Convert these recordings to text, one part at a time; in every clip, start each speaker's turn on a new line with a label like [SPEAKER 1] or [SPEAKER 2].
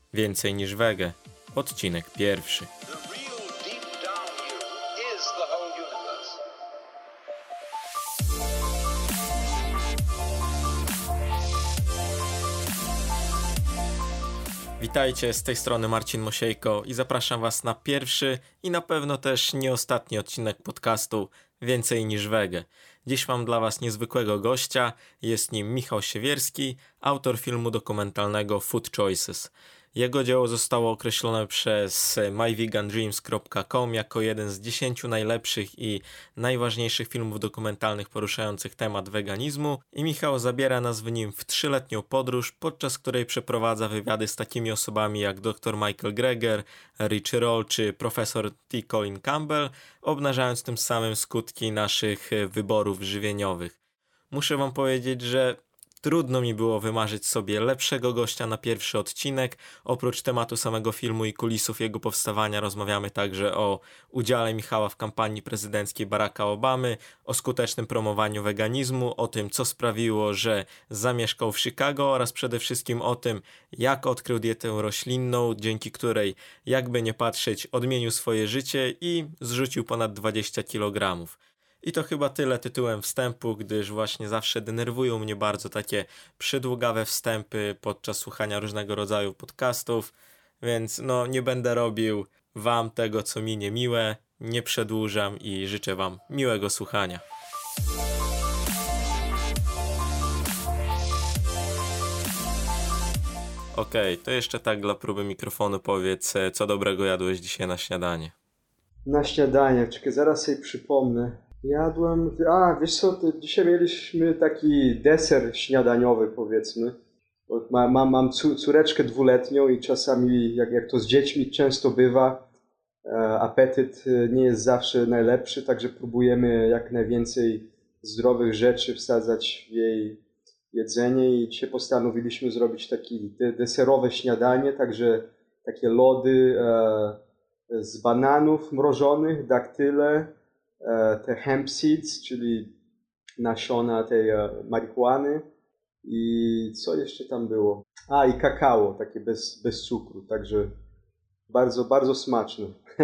[SPEAKER 1] Więcej niż wege. Odcinek pierwszy. Witajcie, z tej strony Marcin Mosiejko i zapraszam Was na pierwszy i na pewno też nie ostatni odcinek podcastu Więcej niż wege. Dziś mam dla Was niezwykłego gościa, jest nim Michał Siewierski, autor filmu dokumentalnego Food Choices. Jego dzieło zostało określone przez myvegandreams.com jako jeden z 10 najlepszych i najważniejszych filmów dokumentalnych poruszających temat weganizmu i Michał zabiera nas w nim w 3-letnią podróż, podczas której przeprowadza wywiady z takimi osobami jak dr Michael Greger, Richie Roll czy profesor T. Colin Campbell, obnażając tym samym skutki naszych wyborów żywieniowych. Muszę Wam powiedzieć, że trudno mi było wymarzyć sobie lepszego gościa na pierwszy odcinek. Oprócz tematu samego filmu i kulisów jego powstawania rozmawiamy także o udziale Michała w kampanii prezydenckiej Baracka Obamy, o skutecznym promowaniu weganizmu, o tym, co sprawiło, że zamieszkał w Chicago oraz przede wszystkim o tym, jak odkrył dietę roślinną, dzięki której, jakby nie patrzeć, odmienił swoje życie i zrzucił ponad 20 kg. I to chyba tyle tytułem wstępu, gdyż właśnie zawsze denerwują mnie bardzo takie przydługawe wstępy podczas słuchania różnego rodzaju podcastów, więc nie będę robił Wam tego, co mi niemiłe, nie przedłużam i życzę Wam miłego słuchania. Okej, to jeszcze tak dla próby mikrofonu powiedz, co dobrego jadłeś dzisiaj na śniadanie?
[SPEAKER 2] Na śniadanie, czekaj, zaraz sobie przypomnę. Jadłem, wiesz co, dzisiaj mieliśmy taki deser śniadaniowy, powiedzmy. Mam córeczkę 2-letnią i czasami, jak to z dziećmi często bywa, apetyt nie jest zawsze najlepszy, także próbujemy jak najwięcej zdrowych rzeczy wsadzać w jej jedzenie i dzisiaj postanowiliśmy zrobić takie deserowe śniadanie, także takie lody z bananów mrożonych, daktyle, te hemp seeds, czyli nasiona tej marihuany i co jeszcze tam było? I kakao, takie bez cukru, także bardzo, bardzo smaczne.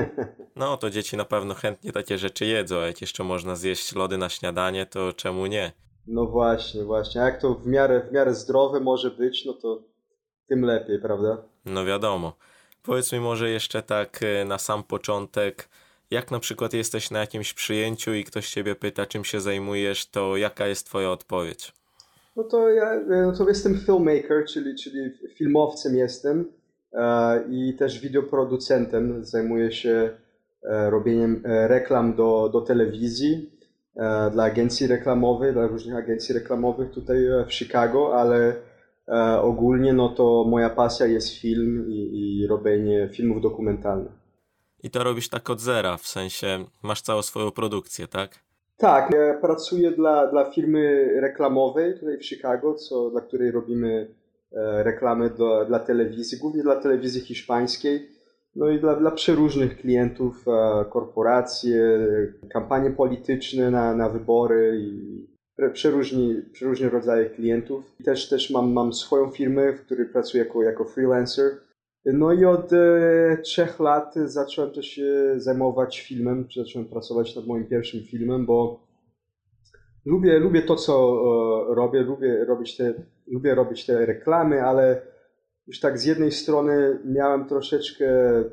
[SPEAKER 1] No to dzieci na pewno chętnie takie rzeczy jedzą, a jak jeszcze można zjeść lody na śniadanie, to czemu nie?
[SPEAKER 2] No właśnie, a jak to w miarę zdrowe może być, no to tym lepiej, prawda?
[SPEAKER 1] No wiadomo. Powiedz mi może jeszcze tak na sam początek, jak na przykład jesteś na jakimś przyjęciu i ktoś ciebie pyta, czym się zajmujesz, to jaka jest twoja odpowiedź?
[SPEAKER 2] No to ja jestem filmmaker, czyli filmowcem jestem i też wideoproducentem. Zajmuję się robieniem reklam do telewizji, dla agencji reklamowej, dla różnych agencji reklamowych tutaj w Chicago, ale ogólnie no to moja pasja jest film i robienie filmów dokumentalnych.
[SPEAKER 1] I to robisz tak od zera, w sensie masz całą swoją produkcję, tak?
[SPEAKER 2] Tak, ja pracuję dla firmy reklamowej tutaj w Chicago, dla której robimy reklamy dla telewizji, głównie dla telewizji hiszpańskiej, no i dla przeróżnych klientów, korporacje, kampanie polityczne na wybory i przeróżne rodzaje klientów. Też mam swoją firmę, w której pracuję jako freelancer. No i od 3 lat zacząłem też się zajmować filmem, zacząłem pracować nad moim pierwszym filmem, bo lubię to, co robię, lubię robić te reklamy, ale już tak z jednej strony miałem troszeczkę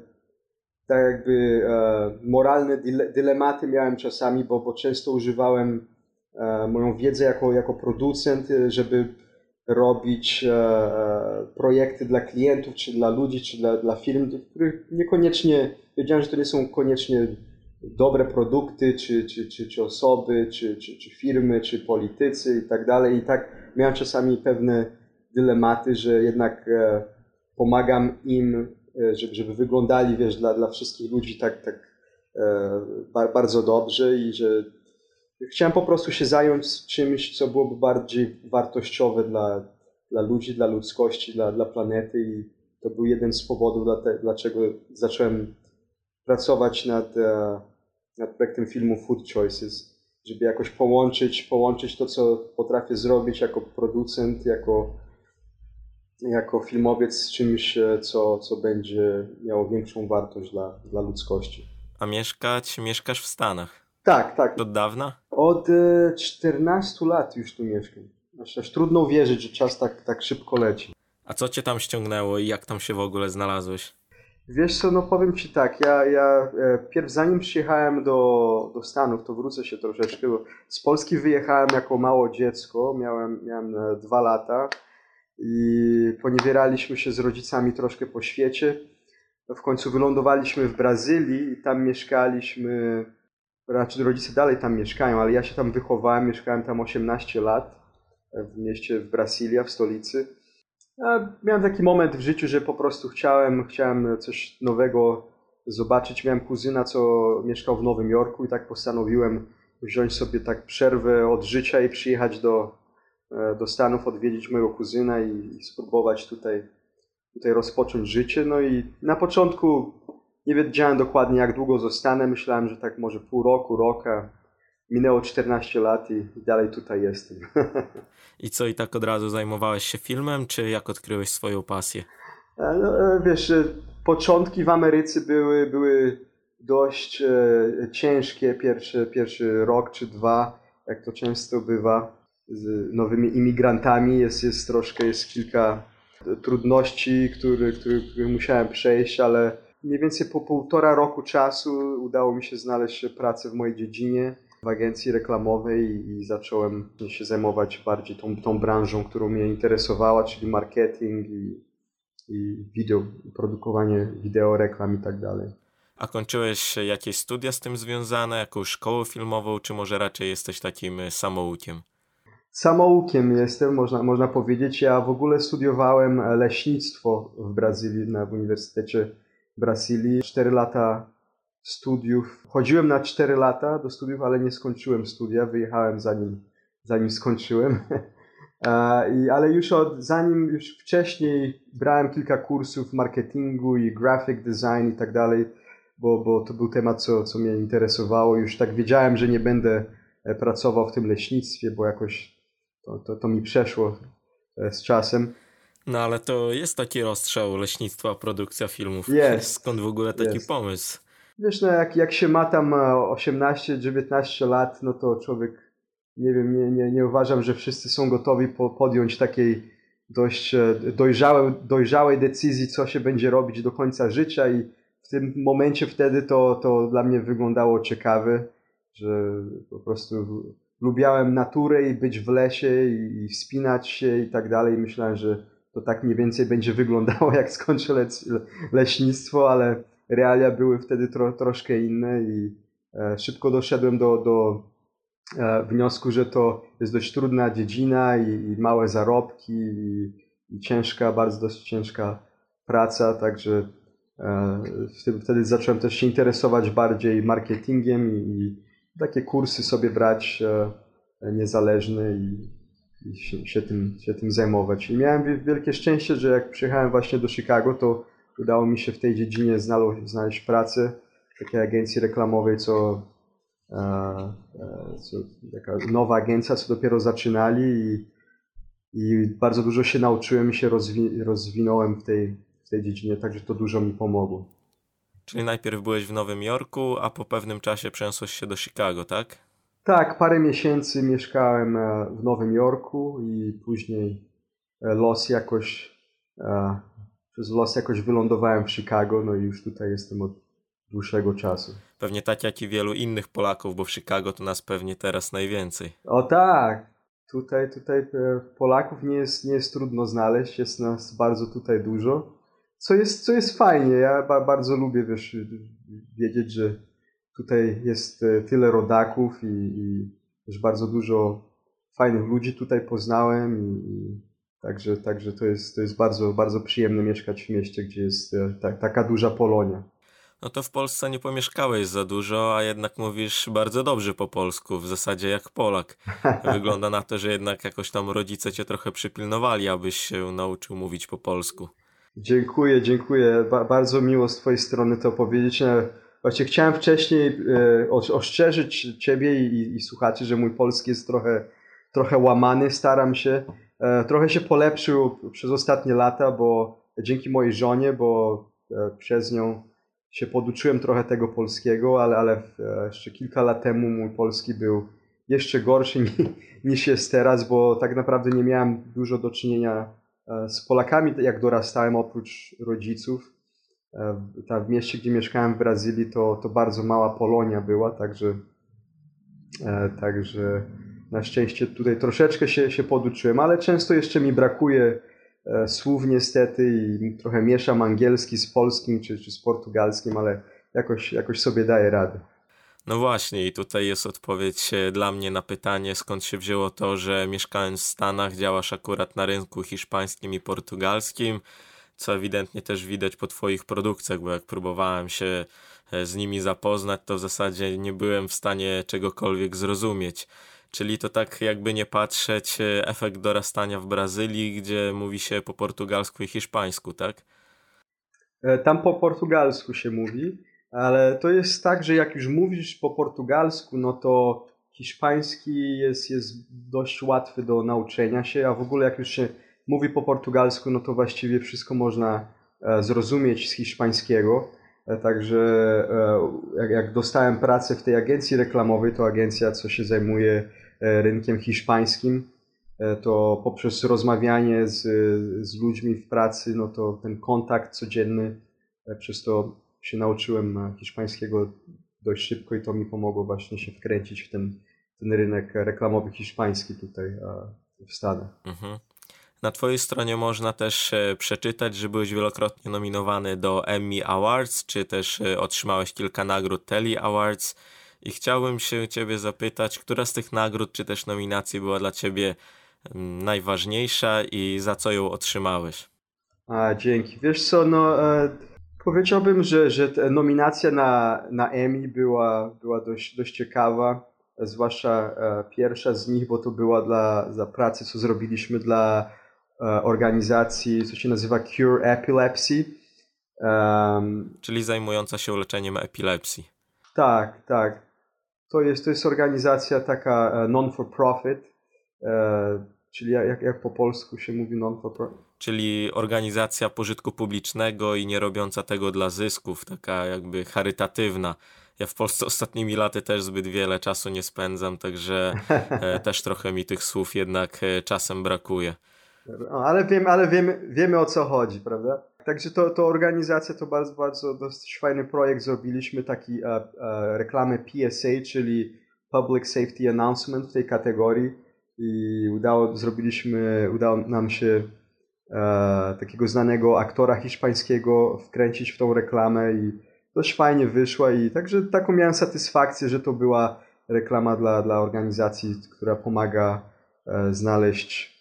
[SPEAKER 2] tak jakby moralne dylematy miałem czasami, bo często używałem moją wiedzę jako producent, żeby robić projekty dla klientów, czy dla ludzi, czy dla firm, do których niekoniecznie, wiedziałem, że to nie są koniecznie dobre produkty, czy osoby, czy firmy, czy politycy i tak dalej. I tak miałem czasami pewne dylematy, że jednak pomagam im, żeby wyglądali, wiesz, dla wszystkich ludzi tak bardzo dobrze i że chciałem po prostu się zająć czymś, co byłoby bardziej wartościowe dla ludzi, dla ludzkości, dla planety i to był jeden z powodów, dlaczego zacząłem pracować nad projektem filmu Food Choices, żeby jakoś połączyć to, co potrafię zrobić jako producent, jako filmowiec z czymś, co będzie miało większą wartość dla ludzkości.
[SPEAKER 1] A mieszkasz w Stanach?
[SPEAKER 2] Tak, tak.
[SPEAKER 1] Od dawna?
[SPEAKER 2] Od 14 lat już tu mieszkam. Aż trudno uwierzyć, że czas tak szybko leci.
[SPEAKER 1] A co cię tam ściągnęło i jak tam się w ogóle znalazłeś?
[SPEAKER 2] Wiesz co, no powiem ci tak, ja pierw zanim przyjechałem do Stanów, to wrócę się troszeczkę, bo z Polski wyjechałem jako małe dziecko, miałem 2 lata i poniewieraliśmy się z rodzicami troszkę po świecie. W końcu wylądowaliśmy w Brazylii i tam mieszkaliśmy, raczej rodzice dalej tam mieszkają, ale ja się tam wychowałem, mieszkałem tam 18 lat w mieście w Brasilia, w stolicy. Miałem taki moment w życiu, że po prostu chciałem coś nowego zobaczyć. Miałem kuzyna, co mieszkał w Nowym Jorku i tak postanowiłem wziąć sobie tak przerwę od życia i przyjechać do Stanów, odwiedzić mojego kuzyna i spróbować tutaj rozpocząć życie. No i na początku nie wiedziałem dokładnie, jak długo zostanę. Myślałem, że tak może pół roku, rok. Minęło 14 lat i dalej tutaj jestem.
[SPEAKER 1] I co, i tak od razu zajmowałeś się filmem, czy jak odkryłeś swoją pasję?
[SPEAKER 2] No, wiesz, początki w Ameryce były dość ciężkie, pierwszy rok czy dwa, jak to często bywa z nowymi imigrantami. Jest kilka trudności, które musiałem przejść, ale mniej więcej po 1,5 roku czasu udało mi się znaleźć pracę w mojej dziedzinie, w agencji reklamowej i zacząłem się zajmować bardziej tą branżą, którą mnie interesowała, czyli marketing i produkowanie wideo, reklam i tak dalej.
[SPEAKER 1] A kończyłeś jakieś studia z tym związane, jakąś szkołę filmową, czy może raczej jesteś takim samoukiem?
[SPEAKER 2] Samoukiem jestem, można powiedzieć. Ja w ogóle studiowałem leśnictwo w Brazylii, w Uniwersytecie Brazylii. 4 lata studiów. Chodziłem na 4 lata do studiów, ale nie skończyłem studia. Wyjechałem zanim skończyłem. Ale już wcześniej brałem kilka kursów marketingu i graphic design i tak dalej, bo to był temat, co mnie interesowało. Już tak wiedziałem, że nie będę pracował w tym leśnictwie, bo jakoś to mi przeszło z czasem.
[SPEAKER 1] No ale to jest taki rozstrzał leśnictwa, produkcja filmów. Skąd w ogóle taki pomysł?
[SPEAKER 2] Wiesz, no jak się ma tam 18-19 lat, no to człowiek, nie wiem, nie uważam, że wszyscy są gotowi podjąć takiej dość dojrzałej decyzji, co się będzie robić do końca życia i w tym momencie wtedy to dla mnie wyglądało ciekawe, że po prostu lubiałem naturę i być w lesie i wspinać się i tak dalej. Myślałem, że to tak mniej więcej będzie wyglądało, jak skończę leśnictwo, ale realia były wtedy troszkę inne i szybko doszedłem do wniosku, że to jest dość trudna dziedzina i małe zarobki i dość ciężka praca, także wtedy zacząłem też się interesować bardziej marketingiem i takie kursy sobie brać niezależne i się tym zajmować. I miałem wielkie szczęście, że jak przyjechałem właśnie do Chicago, to udało mi się w tej dziedzinie znaleźć pracę w takiej agencji reklamowej, taka nowa agencja, co dopiero zaczynali i bardzo dużo się nauczyłem i się rozwinąłem w tej dziedzinie, także to dużo mi pomogło.
[SPEAKER 1] Czyli najpierw byłeś w Nowym Jorku, a po pewnym czasie przeniosłeś się do Chicago, tak?
[SPEAKER 2] Tak, parę miesięcy mieszkałem w Nowym Jorku i później przez los jakoś wylądowałem w Chicago, no i już tutaj jestem od dłuższego czasu.
[SPEAKER 1] Pewnie tak jak i wielu innych Polaków, bo w Chicago to nas pewnie teraz najwięcej.
[SPEAKER 2] O tak, tutaj Polaków nie jest trudno znaleźć, jest nas bardzo tutaj dużo, co jest fajnie. Ja bardzo lubię, wiesz, wiedzieć, że tutaj jest tyle rodaków i też bardzo dużo fajnych ludzi tutaj poznałem i także to jest bardzo, bardzo przyjemne mieszkać w mieście, gdzie jest taka duża Polonia.
[SPEAKER 1] No to w Polsce nie pomieszkałeś za dużo, a jednak mówisz bardzo dobrze po polsku, w zasadzie jak Polak. Wygląda na to, że jednak jakoś tam rodzice cię trochę przypilnowali, abyś się nauczył mówić po polsku.
[SPEAKER 2] Dziękuję. Bardzo miło z twojej strony to powiedzieć. Właśnie chciałem wcześniej ostrzeżyć ciebie i słuchaczy, że mój polski jest trochę łamany. Staram się. trochę się polepszył przez ostatnie lata, bo dzięki mojej żonie, bo przez nią się poduczyłem trochę tego polskiego, ale jeszcze kilka lat temu mój polski był jeszcze gorszy niż jest teraz, bo tak naprawdę nie miałem dużo do czynienia z Polakami, jak dorastałem, oprócz rodziców. W mieście, gdzie mieszkałem w Brazylii, to bardzo mała Polonia była, także na szczęście tutaj troszeczkę się poduczyłem, ale często jeszcze mi brakuje słów niestety i trochę mieszam angielski z polskim czy z portugalskim, ale jakoś sobie daję radę.
[SPEAKER 1] No właśnie, i tutaj jest odpowiedź dla mnie na pytanie, skąd się wzięło to, że mieszkając w Stanach działasz akurat na rynku hiszpańskim i portugalskim, co ewidentnie też widać po twoich produkcjach, bo jak próbowałem się z nimi zapoznać, to w zasadzie nie byłem w stanie czegokolwiek zrozumieć. Czyli to tak jakby nie patrzeć, efekt dorastania w Brazylii, gdzie mówi się po portugalsku i hiszpańsku, tak?
[SPEAKER 2] Tam po portugalsku się mówi, ale to jest tak, że jak już mówisz po portugalsku, no to hiszpański jest dość łatwy do nauczenia się, a w ogóle jak już się mówi po portugalsku, no to właściwie wszystko można zrozumieć z hiszpańskiego. Także jak dostałem pracę w tej agencji reklamowej, to agencja, co się zajmuje rynkiem hiszpańskim, to poprzez rozmawianie z ludźmi w pracy, no to ten kontakt codzienny, przez to się nauczyłem hiszpańskiego dość szybko i to mi pomogło właśnie się wkręcić w ten rynek reklamowy hiszpański tutaj w Stanach.
[SPEAKER 1] Mhm. Na twojej stronie można też przeczytać, że byłeś wielokrotnie nominowany do Emmy Awards, czy też otrzymałeś kilka nagród Telly Awards i chciałbym się ciebie zapytać, która z tych nagród czy też nominacji była dla ciebie najważniejsza i za co ją otrzymałeś?
[SPEAKER 2] Dzięki. Wiesz co, no powiedziałbym, że nominacja na Emmy była dość ciekawa, zwłaszcza pierwsza z nich, bo to była za pracę, co zrobiliśmy dla organizacji, co się nazywa Cure Epilepsy.
[SPEAKER 1] Czyli zajmująca się leczeniem epilepsji.
[SPEAKER 2] Tak, tak. To jest organizacja taka non-for-profit, czyli jak po polsku się mówi non-for-profit?
[SPEAKER 1] Czyli organizacja pożytku publicznego i nie robiąca tego dla zysków, taka jakby charytatywna. Ja w Polsce ostatnimi laty też zbyt wiele czasu nie spędzam, także też trochę mi tych słów jednak czasem brakuje.
[SPEAKER 2] Ale wiemy o co chodzi, prawda? Także to organizacja to bardzo dosyć fajny projekt. Zrobiliśmy taki reklamę PSA, czyli Public Safety Announcement w tej kategorii i udało nam się takiego znanego aktora hiszpańskiego wkręcić w tą reklamę i dość fajnie wyszła i także taką miałem satysfakcję, że to była reklama dla organizacji, która pomaga znaleźć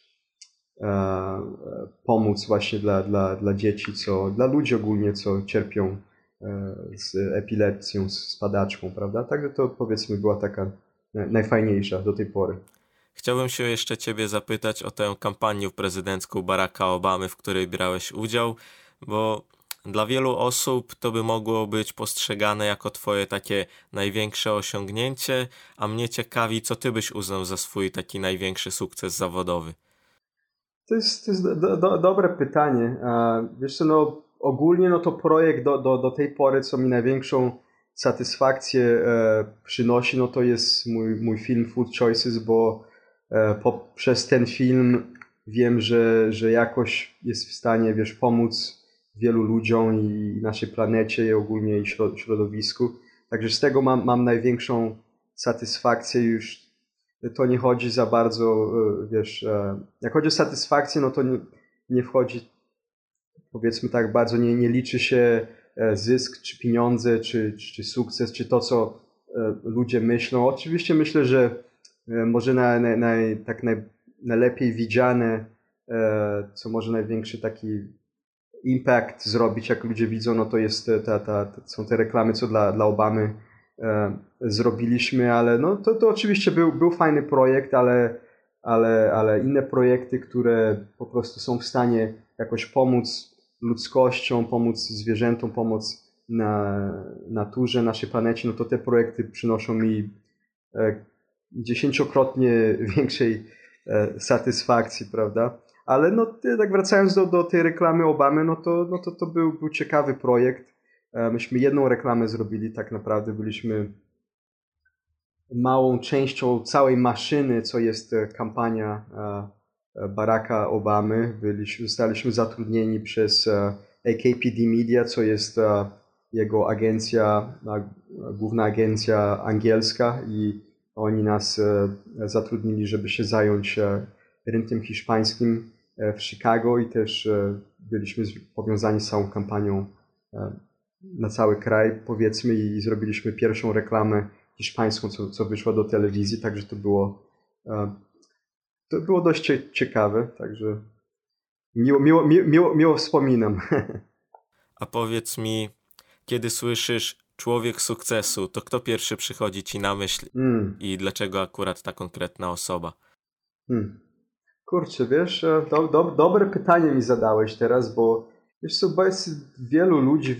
[SPEAKER 2] pomóc właśnie dla dzieci, dla ludzi ogólnie, co cierpią z epilepsją, z padaczką, prawda? Także to powiedzmy była taka najfajniejsza do tej pory.
[SPEAKER 1] Chciałbym się jeszcze ciebie zapytać o tę kampanię prezydencką Baracka Obamy, w której brałeś udział, bo dla wielu osób to by mogło być postrzegane jako twoje takie największe osiągnięcie, a mnie ciekawi, co ty byś uznał za swój taki największy sukces zawodowy.
[SPEAKER 2] To jest dobre pytanie. Wiesz co, no ogólnie no to projekt do tej pory, co mi największą satysfakcję przynosi, no to jest mój film Food Choices, bo poprzez ten film wiem, że jakoś jest w stanie, wiesz, pomóc wielu ludziom i naszej planecie i ogólnie i środowisku. Także z tego mam największą satysfakcję. Już to nie chodzi za bardzo, wiesz, jak chodzi o satysfakcję, no to nie wchodzi, powiedzmy tak, bardzo nie liczy się zysk, czy pieniądze, czy sukces, czy to, co ludzie myślą. Oczywiście myślę, że może najlepiej widziane, co może największy taki impact zrobić, jak ludzie widzą, no to jest są te reklamy, co dla Obamy zrobiliśmy, ale no to oczywiście był fajny projekt, ale inne projekty, które po prostu są w stanie jakoś pomóc ludzkością, pomóc zwierzętom, pomóc naturze, naszej planecie, no to te projekty przynoszą mi 10-krotnie większej satysfakcji, prawda? Ale no, tak wracając do tej reklamy Obamy, to był ciekawy projekt. Myśmy jedną reklamę zrobili, tak naprawdę byliśmy małą częścią całej maszyny, co jest kampania Baracka Obamy. Zostaliśmy zatrudnieni przez AKPD Media, co jest jego agencja, główna agencja angielska, i oni nas zatrudnili, żeby się zająć rynkiem hiszpańskim w Chicago, i też byliśmy powiązani z całą kampanią na cały kraj, powiedzmy, i zrobiliśmy pierwszą reklamę hiszpańską, co wyszła do telewizji, także to było dość ciekawe, także miło wspominam.
[SPEAKER 1] A powiedz mi, kiedy słyszysz człowiek sukcesu, to kto pierwszy przychodzi ci na myśl i dlaczego akurat ta konkretna osoba?
[SPEAKER 2] Kurczę, wiesz, dobre pytanie mi zadałeś teraz, bo wiesz co, jest wielu ludzi,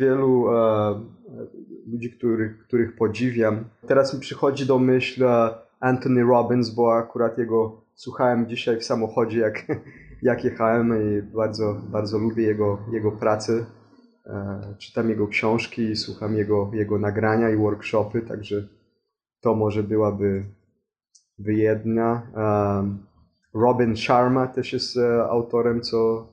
[SPEAKER 2] których podziwiam. Teraz mi przychodzi do myśli Anthony Robbins, bo akurat jego słuchałem dzisiaj w samochodzie, jak jechałem, i bardzo, bardzo lubię jego pracę. Czytam jego książki i słucham jego nagrania i workshopy, także to może byłaby jedna. Robin Sharma też jest autorem,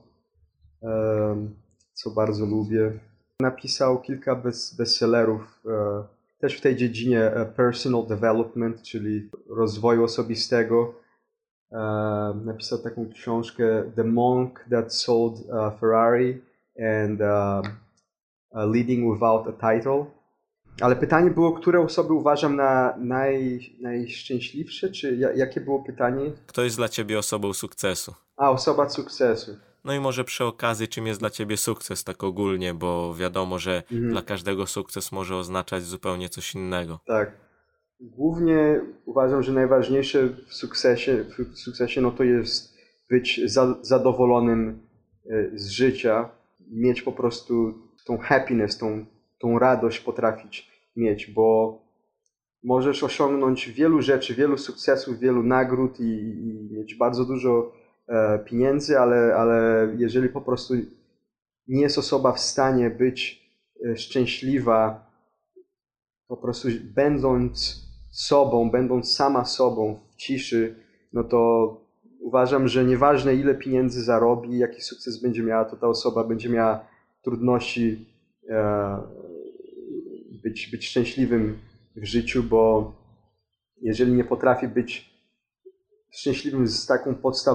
[SPEAKER 2] co bardzo lubię. Napisał kilka bestsellerów też w tej dziedzinie personal development, czyli rozwoju osobistego. Napisał taką książkę The Monk That Sold Ferrari and Leading Without a Title. Ale pytanie było, które osoby uważam na najszczęśliwsze, czy jakie było pytanie?
[SPEAKER 1] Kto jest dla ciebie osobą sukcesu?
[SPEAKER 2] Osoba sukcesu.
[SPEAKER 1] No i może przy okazji, czym jest dla ciebie sukces tak ogólnie, bo wiadomo, że dla każdego sukces może oznaczać zupełnie coś innego.
[SPEAKER 2] Tak. Głównie uważam, że najważniejsze w sukcesie no to jest być zadowolonym z życia, mieć po prostu tą happiness, tą radość potrafić mieć, bo możesz osiągnąć wielu rzeczy, wielu sukcesów, wielu nagród i mieć bardzo dużo pieniędzy, ale jeżeli po prostu nie jest osoba w stanie być szczęśliwa, po prostu będąc sobą, będąc sama sobą w ciszy, no to uważam, że nieważne ile pieniędzy zarobi, jaki sukces będzie miała, to ta osoba będzie miała trudności być szczęśliwym w życiu, bo jeżeli nie potrafi być szczęśliwym z taką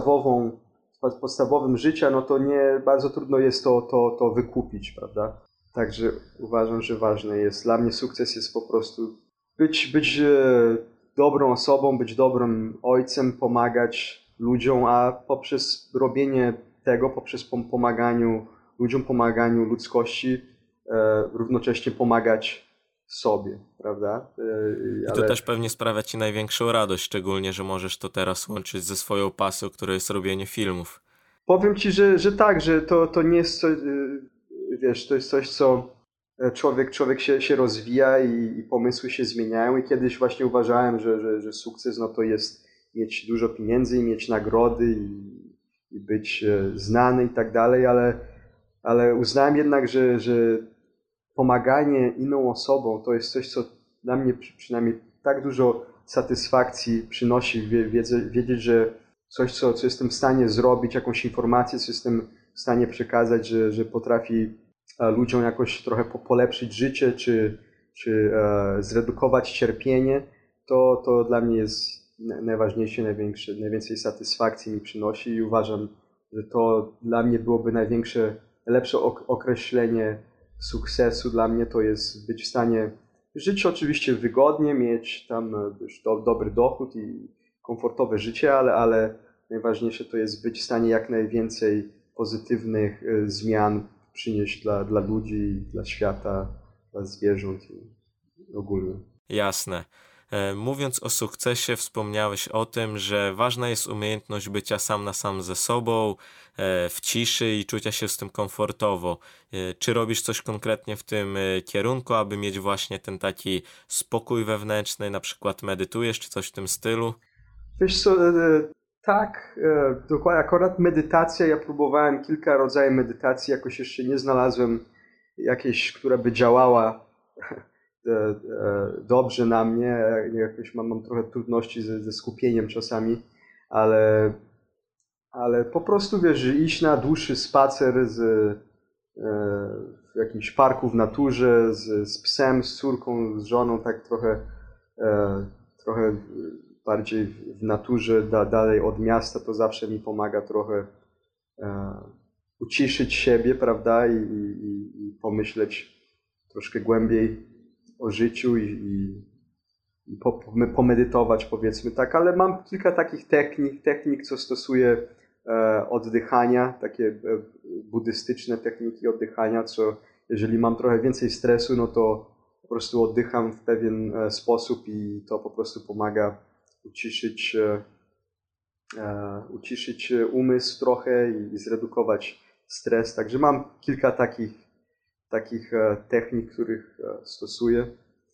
[SPEAKER 2] podstawowym życia, no to nie bardzo trudno jest to wykupić, prawda? Także uważam, że ważne jest. Dla mnie sukces jest po prostu być dobrą osobą, być dobrym ojcem, pomagać ludziom, a poprzez robienie tego, poprzez pomaganiu ludziom, pomaganiu ludzkości, równocześnie pomagać sobie, prawda?
[SPEAKER 1] I to też pewnie sprawia ci największą radość, szczególnie, że możesz to teraz łączyć ze swoją pasją, którą jest robienie filmów.
[SPEAKER 2] Powiem ci, że tak, że to nie jest coś, wiesz, to jest coś, co człowiek się rozwija i pomysły się zmieniają, i kiedyś właśnie uważałem, że sukces no to jest mieć dużo pieniędzy i mieć nagrody i być znany i tak dalej, ale uznałem jednak, że pomaganie inną osobom to jest coś, co dla mnie przynajmniej tak dużo satysfakcji przynosi, wiedzieć, że coś, co jestem w stanie zrobić, jakąś informację, co jestem w stanie przekazać, że potrafi ludziom jakoś trochę polepszyć życie, czy zredukować cierpienie, to dla mnie jest najważniejsze, najwięcej satysfakcji mi przynosi, i uważam, że to dla mnie byłoby lepsze określenie sukcesu. Dla mnie to jest być w stanie żyć oczywiście wygodnie, mieć tam dobry dochód i komfortowe życie, ale najważniejsze to jest być w stanie jak najwięcej pozytywnych zmian przynieść dla ludzi, dla świata, dla zwierząt i ogólnie.
[SPEAKER 1] Jasne. Mówiąc o sukcesie, wspomniałeś o tym, że ważna jest umiejętność bycia sam na sam ze sobą, w ciszy i czucia się z tym komfortowo. Czy robisz coś konkretnie w tym kierunku, aby mieć właśnie ten taki spokój wewnętrzny, na przykład medytujesz, czy coś w tym stylu?
[SPEAKER 2] Wiesz co, Tak, dokładnie. Akurat medytacja, ja próbowałem kilka rodzajów medytacji, jakoś jeszcze nie znalazłem jakiejś, która by działała dobrze na mnie. Jakoś mam trochę trudności ze skupieniem czasami, ale po prostu wiesz, iść na dłuższy spacer w jakimś parku w naturze, z psem, z córką, z żoną, tak trochę bardziej w naturze, dalej od miasta, to zawsze mi pomaga trochę uciszyć siebie, prawda, i pomyśleć troszkę głębiej o życiu i pomedytować, powiedzmy tak, ale mam kilka takich technik, co stosuję oddychania, takie buddystyczne techniki oddychania, co jeżeli mam trochę więcej stresu, no to po prostu oddycham w pewien sposób i to po prostu pomaga uciszyć umysł trochę i zredukować stres. Także mam kilka takich technik, których stosuję.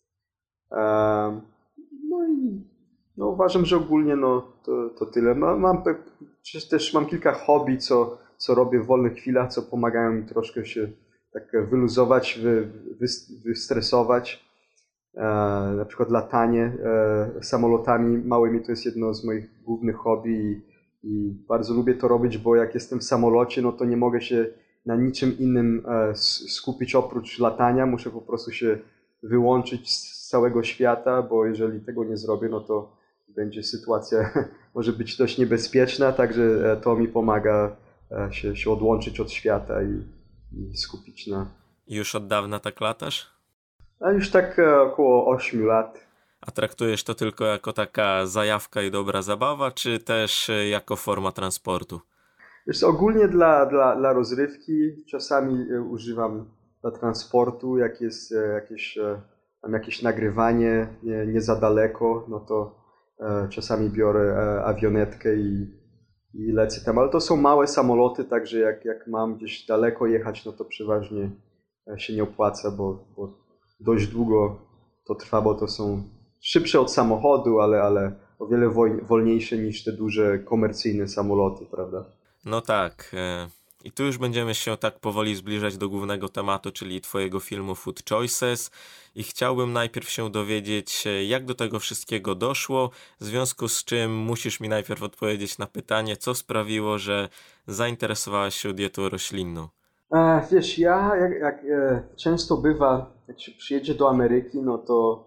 [SPEAKER 2] No i uważam, że ogólnie to tyle. Też mam kilka hobby, co robię w wolnych chwilach, co pomagają mi troszkę się tak wyluzować, wystresować. Na przykład latanie samolotami małymi to jest jedno z moich głównych hobby i bardzo lubię to robić, bo jak jestem w samolocie, no to nie mogę się na niczym innym skupić oprócz latania. Muszę po prostu się wyłączyć z całego świata, bo jeżeli tego nie zrobię, no to będzie sytuacja może być dość niebezpieczna, także to mi pomaga się odłączyć od świata i skupić na...
[SPEAKER 1] Już od dawna tak latasz?
[SPEAKER 2] A już tak około 8 lat.
[SPEAKER 1] A traktujesz to tylko jako taka zajawka i dobra zabawa, czy też jako forma transportu?
[SPEAKER 2] Wiesz, ogólnie dla rozrywki czasami używam dla transportu, jak jest jakieś nagrywanie nie za daleko, no to czasami biorę awionetkę i lecę tam, ale to są małe samoloty, także jak mam gdzieś daleko jechać, no to przeważnie się nie opłaca, bo dość długo to trwa, bo to są szybsze od samochodu, ale o wiele wolniejsze niż te duże komercyjne samoloty, prawda?
[SPEAKER 1] No tak. I tu już będziemy się tak powoli zbliżać do głównego tematu, czyli twojego filmu Food Choices. I chciałbym najpierw się dowiedzieć, jak do tego wszystkiego doszło, w związku z czym musisz mi najpierw odpowiedzieć na pytanie, co sprawiło, że zainteresowałaś się dietą roślinną.
[SPEAKER 2] Wiesz, jak często bywa, jak się przyjedzie do Ameryki, no to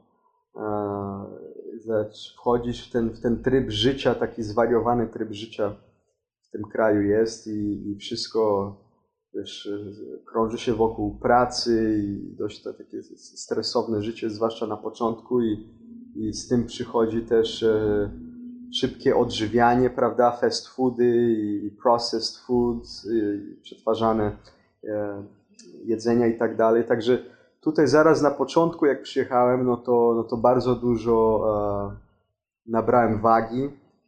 [SPEAKER 2] wchodzisz w ten tryb życia, taki zwariowany tryb życia w tym kraju jest i wszystko, wiesz, krąży się wokół pracy i dość takie stresowne życie, zwłaszcza na początku i z tym przychodzi też szybkie odżywianie, prawda, fast foody i processed foods, i przetwarzane jedzenia i tak dalej. Także tutaj zaraz na początku, jak przyjechałem, no to bardzo dużo nabrałem wagi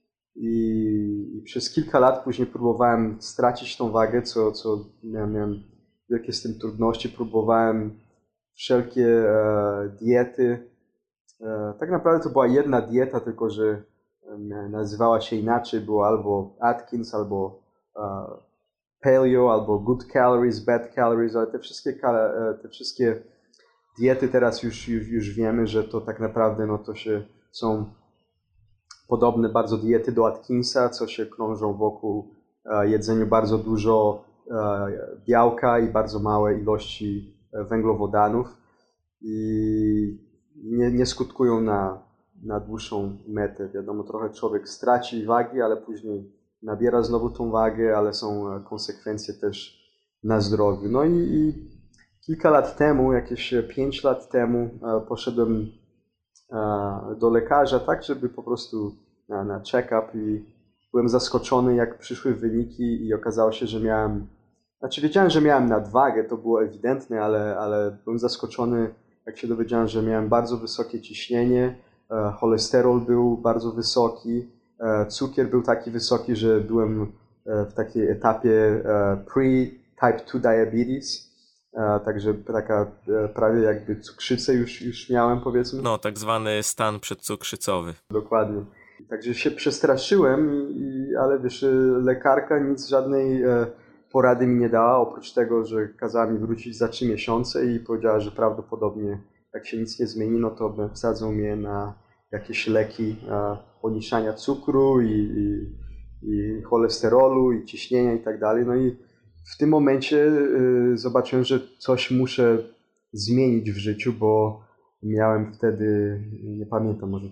[SPEAKER 2] i przez kilka lat później próbowałem stracić tą wagę, co miałem wielkie z tym trudności. Próbowałem wszelkie diety. Tak naprawdę to była jedna dieta, tylko że nazywała się inaczej. Było albo Atkins, albo Paleo, albo Good Calories, Bad Calories, ale te wszystkie diety teraz już wiemy, że to tak naprawdę no to są podobne bardzo diety do Atkinsa, co się krążą wokół jedzenia bardzo dużo białka i bardzo małe ilości węglowodanów i nie skutkują na dłuższą metę. Wiadomo, trochę człowiek straci wagi, ale później nabiera znowu tą wagę, ale są konsekwencje też na zdrowiu. No i kilka lat temu, jakieś 5 lat temu poszedłem do lekarza, tak, żeby po prostu na check-up i byłem zaskoczony, jak przyszły wyniki i okazało się, że wiedziałem, że miałem nadwagę, to było ewidentne, ale byłem zaskoczony, jak się dowiedziałem, że miałem bardzo wysokie ciśnienie, cholesterol był bardzo wysoki, cukier był taki wysoki, że byłem w takiej etapie pre-type 2 diabetes, także taka prawie jakby cukrzycę już miałem, powiedzmy.
[SPEAKER 1] No, tak zwany stan przedcukrzycowy.
[SPEAKER 2] Dokładnie. Także się przestraszyłem ale wiesz, lekarka nic, żadnej porady mi nie dała, oprócz tego, że kazała mi wrócić za 3 miesiące i powiedziała, że prawdopodobnie jak się nic nie zmieni, no to wsadzą mnie na jakieś leki poniżania cukru i cholesterolu i ciśnienia i tak dalej. No i w tym momencie zobaczyłem, że coś muszę zmienić w życiu, bo miałem wtedy, nie pamiętam, może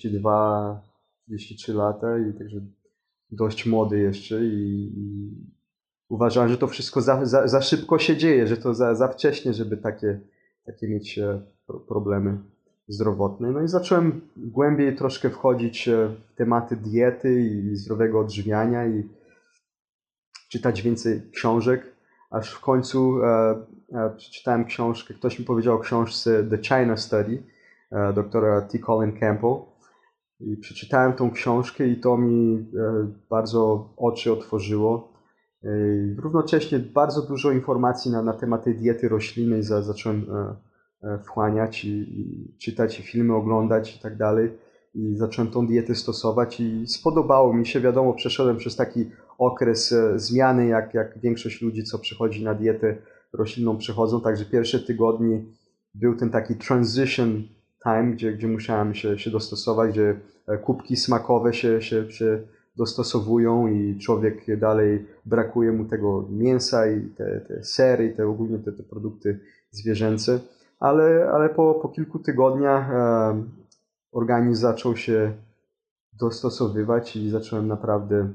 [SPEAKER 2] 32-33 lata i także dość młody jeszcze i uważałem, że to wszystko za szybko się dzieje, że to za wcześnie, żeby takie mieć problemy zdrowotne. No i zacząłem głębiej troszkę wchodzić w tematy diety i zdrowego odżywiania i czytać więcej książek, aż w końcu przeczytałem książkę, ktoś mi powiedział o książce The China Study doktora T. Colin Campbell i przeczytałem tą książkę i to mi bardzo oczy otworzyło. Równocześnie bardzo dużo informacji na temat tej diety roślinnej zacząłem wchłaniać i czytać i filmy oglądać i tak dalej. I zacząłem tą dietę stosować i spodobało mi się. Wiadomo, przeszedłem przez taki okres zmiany, jak większość ludzi, co przychodzi na dietę roślinną, przechodzą. Także pierwsze tygodnie był ten taki transition time, gdzie musiałem się dostosować, gdzie kubki smakowe się dostosowują i człowiek dalej brakuje mu tego mięsa i te sery i ogólnie te produkty zwierzęce. Ale po kilku tygodniach organizm zaczął się dostosowywać i zacząłem naprawdę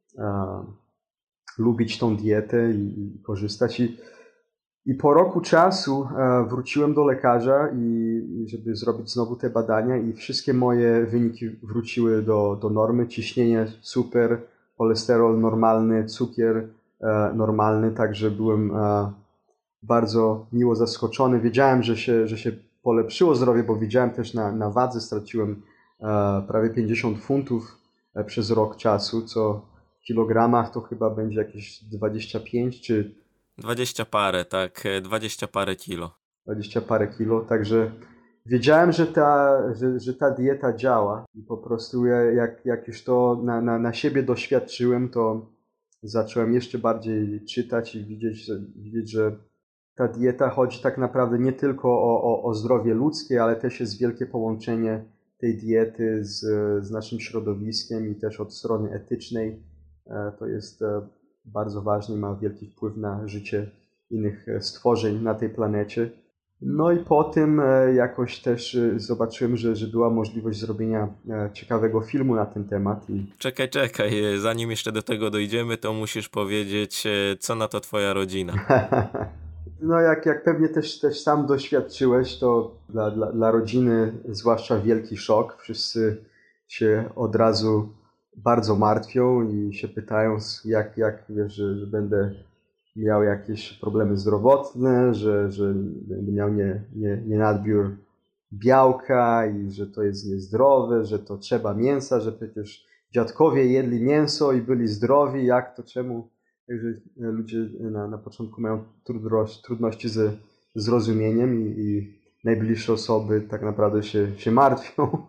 [SPEAKER 2] lubić tą dietę i korzystać. I po roku czasu wróciłem do lekarza żeby zrobić znowu te badania i wszystkie moje wyniki wróciły do normy. Ciśnienie super, cholesterol normalny, cukier normalny, także byłem bardzo miło zaskoczony. Wiedziałem, że się polepszyło zdrowie, bo widziałem też na wadze, straciłem prawie 50 funtów przez rok czasu, co w kilogramach to chyba będzie jakieś 25 czy
[SPEAKER 1] 20 parę, tak, 20 parę kilo.
[SPEAKER 2] 20 parę kilo, także wiedziałem, że ta dieta działa i po prostu jak już to na siebie doświadczyłem, to zacząłem jeszcze bardziej czytać i widzieć, że ta dieta chodzi tak naprawdę nie tylko o zdrowie ludzkie, ale też jest wielkie połączenie tej diety z naszym środowiskiem i też od strony etycznej. To jest bardzo ważne i ma wielki wpływ na życie innych stworzeń na tej planecie. No i po tym jakoś też zobaczyłem, że była możliwość zrobienia ciekawego filmu na ten temat.
[SPEAKER 1] Czekaj, zanim jeszcze do tego dojdziemy, to musisz powiedzieć, co na to twoja rodzina.
[SPEAKER 2] No jak pewnie też sam doświadczyłeś, to dla rodziny zwłaszcza wielki szok. Wszyscy się od razu bardzo martwią i się pytają, jak wiesz, że będę miał jakieś problemy zdrowotne, że będę miał nie nadbiór białka i że to jest niezdrowe, że to trzeba mięsa, że przecież dziadkowie jedli mięso i byli zdrowi, jak to, czemu? Także ludzie na początku mają trudności ze zrozumieniem i najbliższe osoby tak naprawdę się martwią,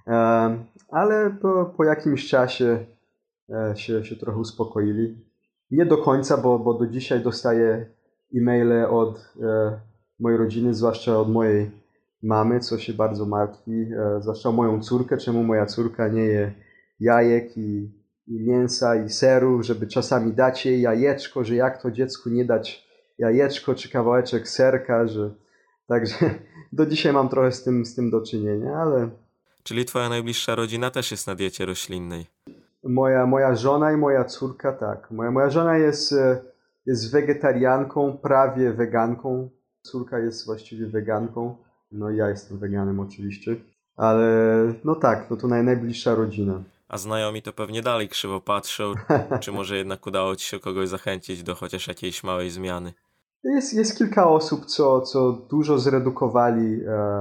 [SPEAKER 2] ale po jakimś czasie się trochę uspokoili. Nie do końca, bo do dzisiaj dostaję e-maile od mojej rodziny, zwłaszcza od mojej mamy, co się bardzo martwi, zwłaszcza moją córkę, czemu moja córka nie je jajek i mięsa i seru, żeby czasami dać jej jajeczko, że jak to dziecku nie dać jajeczko czy kawałeczek serka, także do dzisiaj mam trochę z tym do czynienia, ale...
[SPEAKER 1] Czyli twoja najbliższa rodzina też jest na diecie roślinnej?
[SPEAKER 2] Moja żona i moja córka, tak. Moja żona jest wegetarianką, prawie weganką. Córka jest właściwie weganką. No i ja jestem weganem oczywiście. Ale no tak, no to najbliższa rodzina.
[SPEAKER 1] A znajomi to pewnie dalej krzywo patrzą. Czy może jednak udało ci się kogoś zachęcić do chociaż jakiejś małej zmiany?
[SPEAKER 2] Jest kilka osób, co dużo zredukowali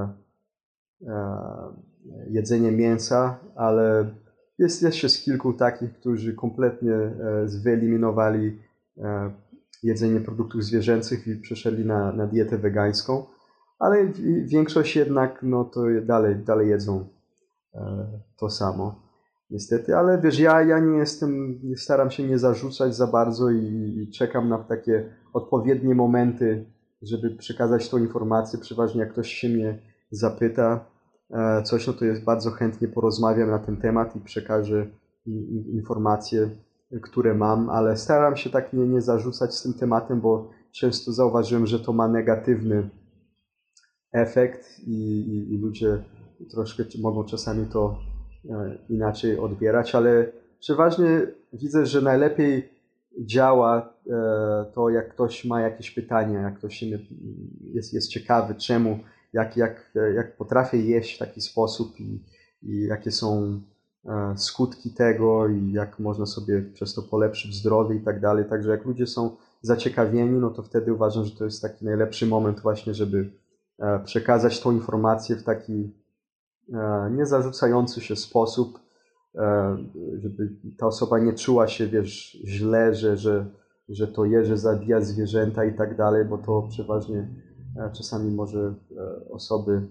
[SPEAKER 2] jedzenie mięsa, ale jest jeszcze z kilku takich, którzy kompletnie wyeliminowali jedzenie produktów zwierzęcych i przeszli na dietę wegańską, ale większość jednak no to dalej jedzą to samo. niestety, ale wiesz, ja nie staram się nie zarzucać za bardzo i czekam na takie odpowiednie momenty, żeby przekazać tą informację. Przeważnie jak ktoś się mnie zapyta coś, no to jest bardzo chętnie porozmawiam na ten temat i przekażę informacje, które mam, ale staram się tak nie zarzucać z tym tematem, bo często zauważyłem, że to ma negatywny efekt i ludzie troszkę mogą czasami to inaczej odbierać, ale przeważnie widzę, że najlepiej działa to, jak ktoś ma jakieś pytania, jak ktoś jest ciekawy, czemu, jak potrafię jeść w taki sposób i jakie są skutki tego i jak można sobie przez to polepszyć zdrowie i tak dalej. Także jak ludzie są zaciekawieni, no to wtedy uważam, że to jest taki najlepszy moment właśnie, żeby przekazać tą informację w taki niezarzucający się sposób, żeby ta osoba nie czuła się, wiesz, źle, że to że zabija zwierzęta i tak dalej, bo to przeważnie czasami może osoby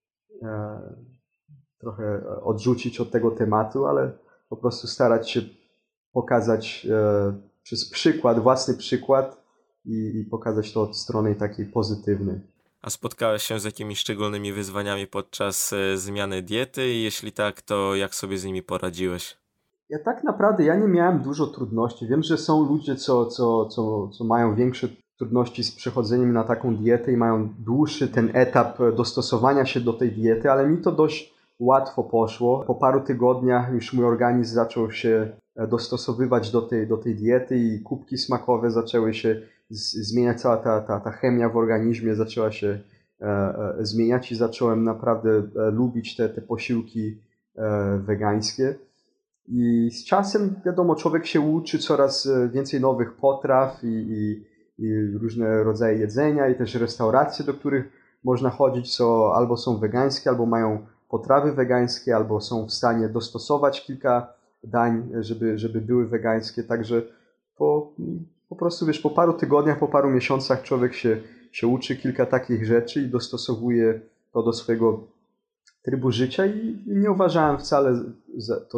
[SPEAKER 2] trochę odrzucić od tego tematu, ale po prostu starać się pokazać przez przykład, własny przykład i pokazać to od strony takiej pozytywnej.
[SPEAKER 1] A spotkałeś się z jakimiś szczególnymi wyzwaniami podczas zmiany diety? I jeśli tak, to jak sobie z nimi poradziłeś?
[SPEAKER 2] Ja tak naprawdę nie miałem dużo trudności. Wiem, że są ludzie, co mają większe trudności z przechodzeniem na taką dietę i mają dłuższy ten etap dostosowania się do tej diety, ale mi to dość łatwo poszło. Po paru tygodniach już mój organizm zaczął się dostosowywać do tej diety i kubki smakowe zaczęły się zmieniać, cała ta chemia w organizmie zaczęła się zmieniać i zacząłem naprawdę lubić te posiłki wegańskie. I z czasem, wiadomo, człowiek się uczy coraz więcej nowych potraw i różne rodzaje jedzenia i też restauracje, do których można chodzić, co albo są wegańskie, albo mają potrawy wegańskie, albo są w stanie dostosować kilka dań, żeby były wegańskie. Także po prostu, wiesz, po paru tygodniach, po paru miesiącach człowiek się uczy kilka takich rzeczy i dostosowuje to do swojego trybu życia i nie uważałem wcale to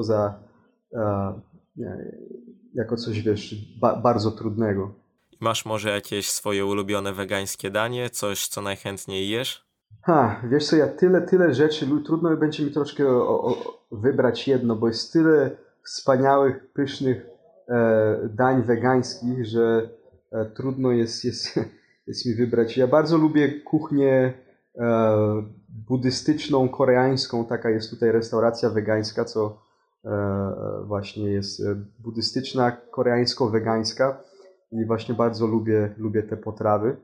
[SPEAKER 2] jako coś, wiesz, bardzo trudnego.
[SPEAKER 1] Masz może jakieś swoje ulubione wegańskie danie? Coś, co najchętniej jesz?
[SPEAKER 2] Wiesz co, ja tyle rzeczy, trudno będzie mi troszkę wybrać jedno, bo jest tyle wspaniałych, pysznych dań wegańskich, że trudno jest mi wybrać. Ja bardzo lubię kuchnię buddystyczną, koreańską. Taka jest tutaj restauracja wegańska, co właśnie jest buddystyczna, koreańsko-wegańska i właśnie bardzo lubię te potrawy.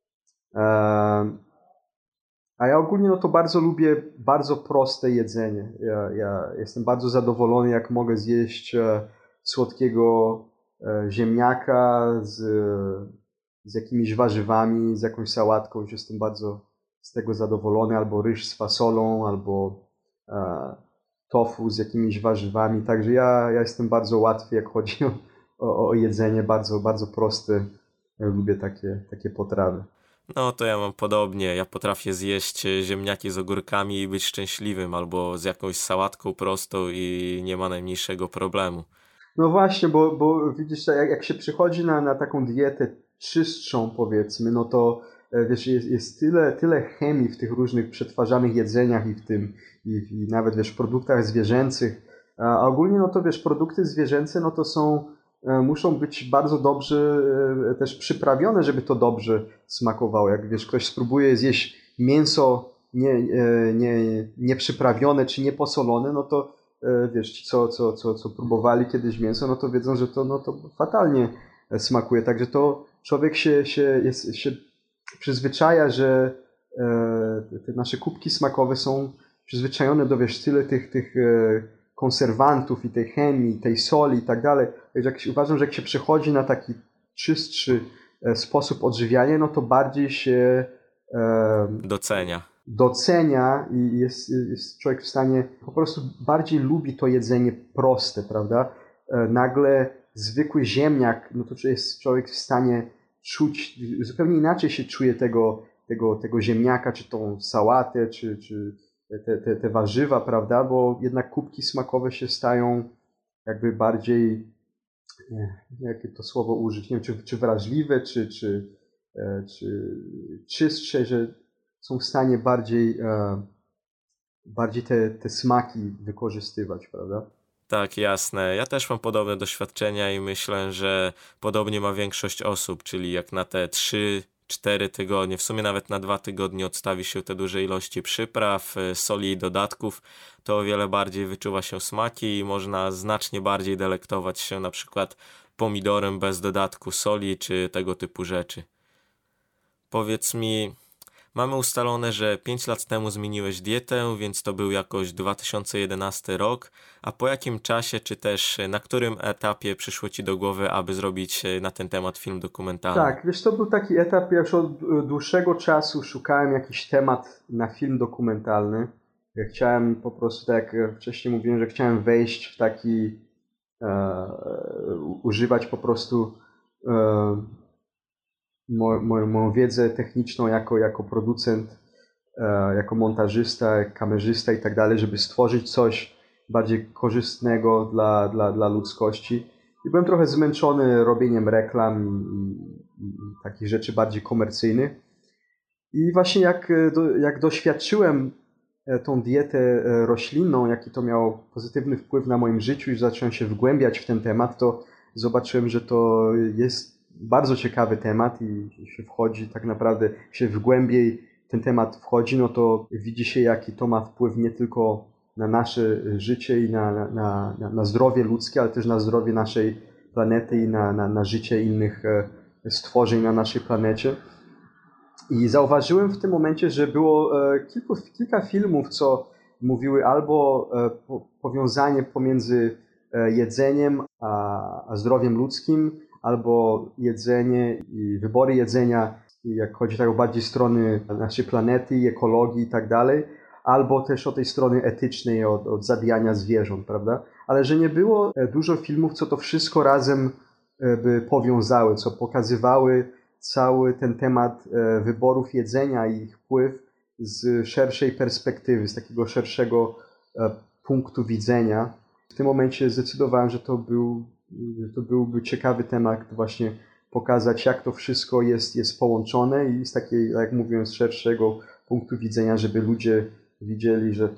[SPEAKER 2] A ja ogólnie to bardzo lubię bardzo proste jedzenie. Ja jestem bardzo zadowolony, jak mogę zjeść słodkiego ziemniaka z jakimiś warzywami, z jakąś sałatką. Już jestem bardzo z tego zadowolony, albo ryż z fasolą, albo tofu z jakimiś warzywami. Także ja jestem bardzo łatwy, jak chodzi o jedzenie, bardzo, bardzo proste. Lubię takie potrawy.
[SPEAKER 1] No to ja mam podobnie. Ja potrafię zjeść ziemniaki z ogórkami i być szczęśliwym, albo z jakąś sałatką prostą i nie ma najmniejszego problemu.
[SPEAKER 2] No właśnie, bo widzisz, jak się przychodzi na taką dietę czystszą, powiedzmy, no to wiesz, jest tyle chemii w tych różnych przetwarzanych jedzeniach i nawet, wiesz, w produktach zwierzęcych. A ogólnie, no to wiesz, produkty zwierzęce, no to muszą być bardzo dobrze też przyprawione, żeby to dobrze smakowało. Jak wiesz, ktoś spróbuje zjeść mięso nieprzyprawione czy nieposolone, no to wiesz, ci co próbowali kiedyś mięso, no to wiedzą, że to fatalnie smakuje. Także to człowiek się przyzwyczaja, że te nasze kubki smakowe są przyzwyczajone do, wiesz, tyle tych konserwantów i tej chemii, tej soli i tak dalej. Także uważam, że jak się przechodzi na taki czystszy sposób odżywiania, no to bardziej się docenia i jest człowiek w stanie, po prostu bardziej lubi to jedzenie proste, prawda? Nagle zwykły ziemniak, no to jest człowiek w stanie czuć, zupełnie inaczej się czuje tego ziemniaka, czy tą sałatę, czy te warzywa, prawda, bo jednak kubki smakowe się stają jakby bardziej, jakie to słowo użyć, nie wiem, czy wrażliwe, czy czystsze, że są w stanie bardziej te smaki wykorzystywać, prawda?
[SPEAKER 1] Tak, jasne. Ja też mam podobne doświadczenia i myślę, że podobnie ma większość osób, czyli jak na te 3-4 tygodnie, w sumie nawet na 2 tygodnie odstawi się te duże ilości przypraw, soli i dodatków, to o wiele bardziej wyczuwa się smaki i można znacznie bardziej delektować się na przykład pomidorem bez dodatku soli czy tego typu rzeczy. Powiedz mi, mamy ustalone, że 5 lat temu zmieniłeś dietę, więc to był jakoś 2011 rok, a po jakim czasie, czy też na którym etapie przyszło ci do głowy, aby zrobić na ten temat film dokumentalny?
[SPEAKER 2] Tak, wiesz, to był taki etap, ja już od dłuższego czasu szukałem jakiś temat na film dokumentalny. Ja chciałem po prostu, tak jak wcześniej mówiłem, że chciałem wejść w taki, używać po prostu moją wiedzę techniczną jako producent, jako montażysta, kamerzysta i tak dalej, żeby stworzyć coś bardziej korzystnego dla ludzkości. I byłem trochę zmęczony robieniem reklam i takich rzeczy bardziej komercyjnych. I właśnie jak doświadczyłem tą dietę roślinną, jaki to miało pozytywny wpływ na moim życiu i zacząłem się wgłębiać w ten temat, to zobaczyłem, że to jest bardzo ciekawy temat i się wchodzi, tak naprawdę się w głębiej ten temat wchodzi, no to widzi się, jaki to ma wpływ nie tylko na nasze życie i na zdrowie ludzkie, ale też na zdrowie naszej planety i na życie innych stworzeń na naszej planecie. I zauważyłem w tym momencie, że było kilka filmów, co mówiły albo powiązanie pomiędzy jedzeniem a zdrowiem ludzkim, albo jedzenie i wybory jedzenia, jak chodzi tak o bardziej strony naszej planety i ekologii i tak dalej, albo też o tej strony etycznej, od zabijania zwierząt, prawda? Ale że nie było dużo filmów, co to wszystko razem by powiązały, co pokazywały cały ten temat wyborów jedzenia i ich wpływ z szerszej perspektywy, z takiego szerszego punktu widzenia. W tym momencie zdecydowałem, że to byłby ciekawy temat właśnie pokazać, jak to wszystko jest połączone i z takiej, jak mówiłem, z szerszego punktu widzenia, żeby ludzie widzieli, że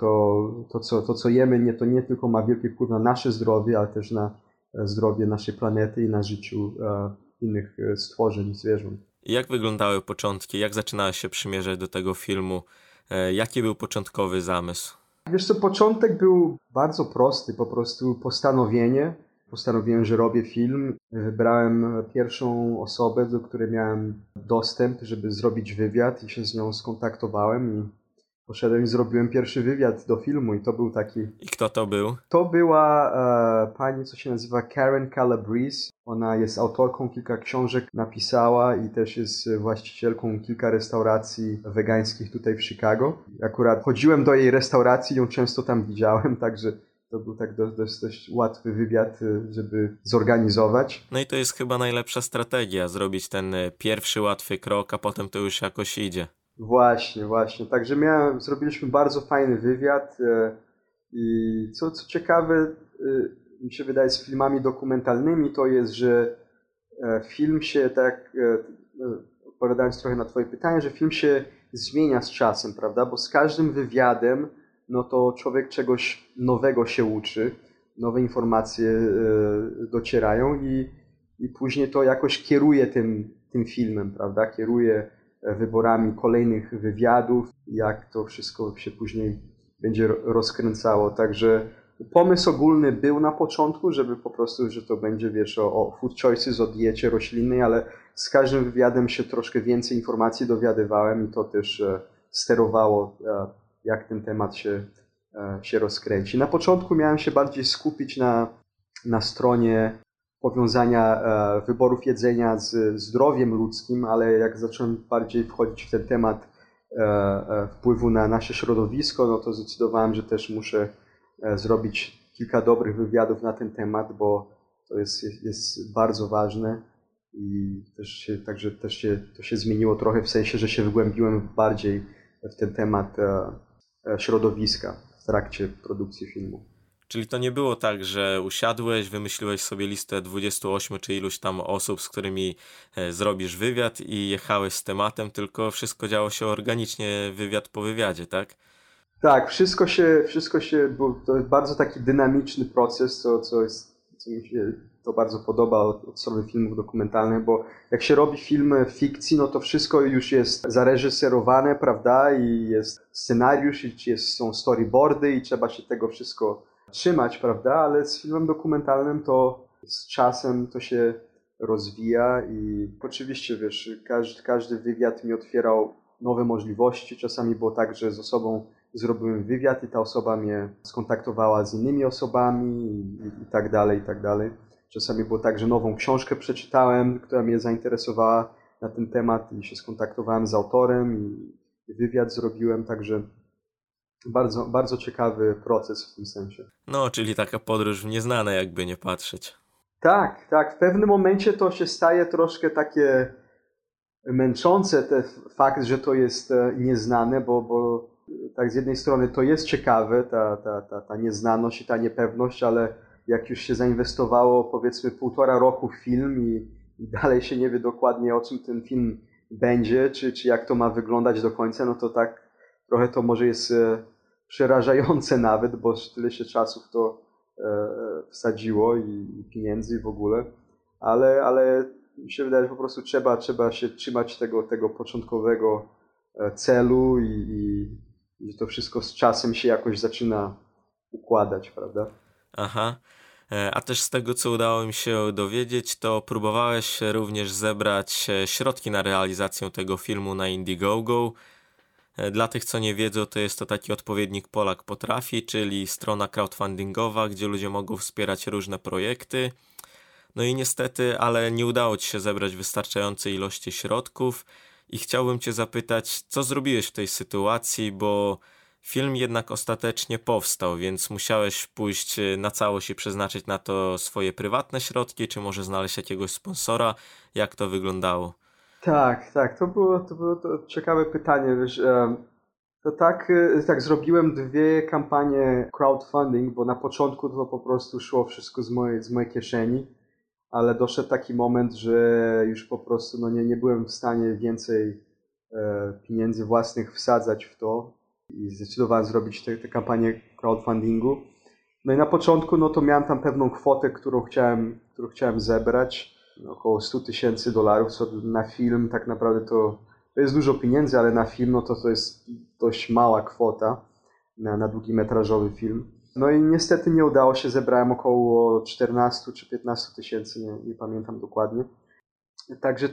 [SPEAKER 2] to co jemy, to nie tylko ma wielki wpływ na nasze zdrowie, ale też na zdrowie naszej planety i na życiu innych stworzeń, zwierząt.
[SPEAKER 1] Jak wyglądały początki? Jak zaczynałeś się przymierzać do tego filmu? Jaki był początkowy zamysł?
[SPEAKER 2] Wiesz co, początek był bardzo prosty, po prostu postanowiłem, że robię film. Wybrałem pierwszą osobę, do której miałem dostęp, żeby zrobić wywiad i się z nią skontaktowałem i poszedłem i zrobiłem pierwszy wywiad do filmu i to był taki...
[SPEAKER 1] I kto to był?
[SPEAKER 2] To była pani, co się nazywa Karen Calabrese. Ona jest autorką, kilka książek napisała i też jest właścicielką kilka restauracji wegańskich tutaj w Chicago. Akurat chodziłem do jej restauracji, ją często tam widziałem, także to był tak dość łatwy wywiad, żeby zorganizować.
[SPEAKER 1] No i to jest chyba najlepsza strategia, zrobić ten pierwszy łatwy krok, a potem to już jakoś idzie.
[SPEAKER 2] Właśnie. Także zrobiliśmy bardzo fajny wywiad i co ciekawe, mi się wydaje z filmami dokumentalnymi, to jest, że film się, tak odpowiadając trochę na twoje pytanie, że film się zmienia z czasem, prawda? Bo z każdym wywiadem, no to człowiek czegoś nowego się uczy, nowe informacje docierają i później to jakoś kieruje tym filmem, prawda? Kieruje wyborami kolejnych wywiadów, jak to wszystko się później będzie rozkręcało. Także pomysł ogólny był na początku, żeby po prostu, że to będzie, wiesz, o food choices, o diecie roślinnej, ale z każdym wywiadem się troszkę więcej informacji dowiadywałem i to też sterowało, jak ten temat się rozkręci. Na początku miałem się bardziej skupić na stronie powiązania wyborów jedzenia z zdrowiem ludzkim, ale jak zacząłem bardziej wchodzić w ten temat wpływu na nasze środowisko, no to zdecydowałem, że też muszę zrobić kilka dobrych wywiadów na ten temat, bo to jest bardzo ważne i także to się zmieniło trochę w sensie, że się wgłębiłem bardziej w ten temat środowiska w trakcie produkcji filmu.
[SPEAKER 1] Czyli to nie było tak, że usiadłeś, wymyśliłeś sobie listę 28 czy iluś tam osób, z którymi zrobisz wywiad i jechałeś z tematem, tylko wszystko działo się organicznie, wywiad po wywiadzie, tak?
[SPEAKER 2] Tak, wszystko się, bo to jest bardzo taki dynamiczny proces, co mi się to bardzo podoba od strony filmów dokumentalnych, bo jak się robi film fikcji, no to wszystko już jest zareżyserowane, prawda, i jest scenariusz, i są storyboardy i trzeba się tego wszystko trzymać, prawda, ale z filmem dokumentalnym to z czasem to się rozwija i oczywiście, wiesz, każdy wywiad mi otwierał nowe możliwości. Czasami było tak, że z osobą zrobiłem wywiad i ta osoba mnie skontaktowała z innymi osobami i tak dalej, i tak dalej. Czasami było tak, że nową książkę przeczytałem, która mnie zainteresowała na ten temat i się skontaktowałem z autorem i wywiad zrobiłem, także bardzo, bardzo ciekawy proces w tym sensie.
[SPEAKER 1] No, czyli taka podróż w nieznane, jakby nie patrzeć.
[SPEAKER 2] Tak, tak. W pewnym momencie to się staje troszkę takie męczące, ten fakt, że to jest nieznane, bo tak z jednej strony to jest ciekawe, ta nieznaność i ta niepewność, ale jak już się zainwestowało powiedzmy 1,5 roku w film i dalej się nie wie dokładnie o czym ten film będzie, czy jak to ma wyglądać do końca, no to tak trochę to może jest przerażające nawet, bo tyle się czasu w to wsadziło i pieniędzy w ogóle, ale mi się wydaje, że po prostu trzeba się trzymać tego początkowego celu i że to wszystko z czasem się jakoś zaczyna układać, prawda?
[SPEAKER 1] Aha. A też z tego, co udało mi się dowiedzieć, to próbowałeś również zebrać środki na realizację tego filmu na Indiegogo. Dla tych, co nie wiedzą, to jest to taki odpowiednik Polak Potrafi, czyli strona crowdfundingowa, gdzie ludzie mogą wspierać różne projekty. No i niestety, ale nie udało ci się zebrać wystarczającej ilości środków i chciałbym cię zapytać, co zrobiłeś w tej sytuacji, bo film jednak ostatecznie powstał, więc musiałeś pójść na całość i przeznaczyć na to swoje prywatne środki, czy może znaleźć jakiegoś sponsora? Jak to wyglądało?
[SPEAKER 2] Tak, to było to ciekawe pytanie, wiesz, to tak zrobiłem 2 kampanie crowdfunding, bo na początku to po prostu szło wszystko z mojej kieszeni, ale doszedł taki moment, że już po prostu no nie byłem w stanie więcej pieniędzy własnych wsadzać w to i zdecydowałem zrobić tę kampanię crowdfundingu. No i na początku no to miałem tam pewną kwotę, którą chciałem zebrać, około $100,000, co na film tak naprawdę to jest dużo pieniędzy, ale na film no to jest dość mała kwota na długometrażowy film. No i niestety nie udało się, zebrałem około 14 czy 15 tysięcy, nie pamiętam dokładnie. Także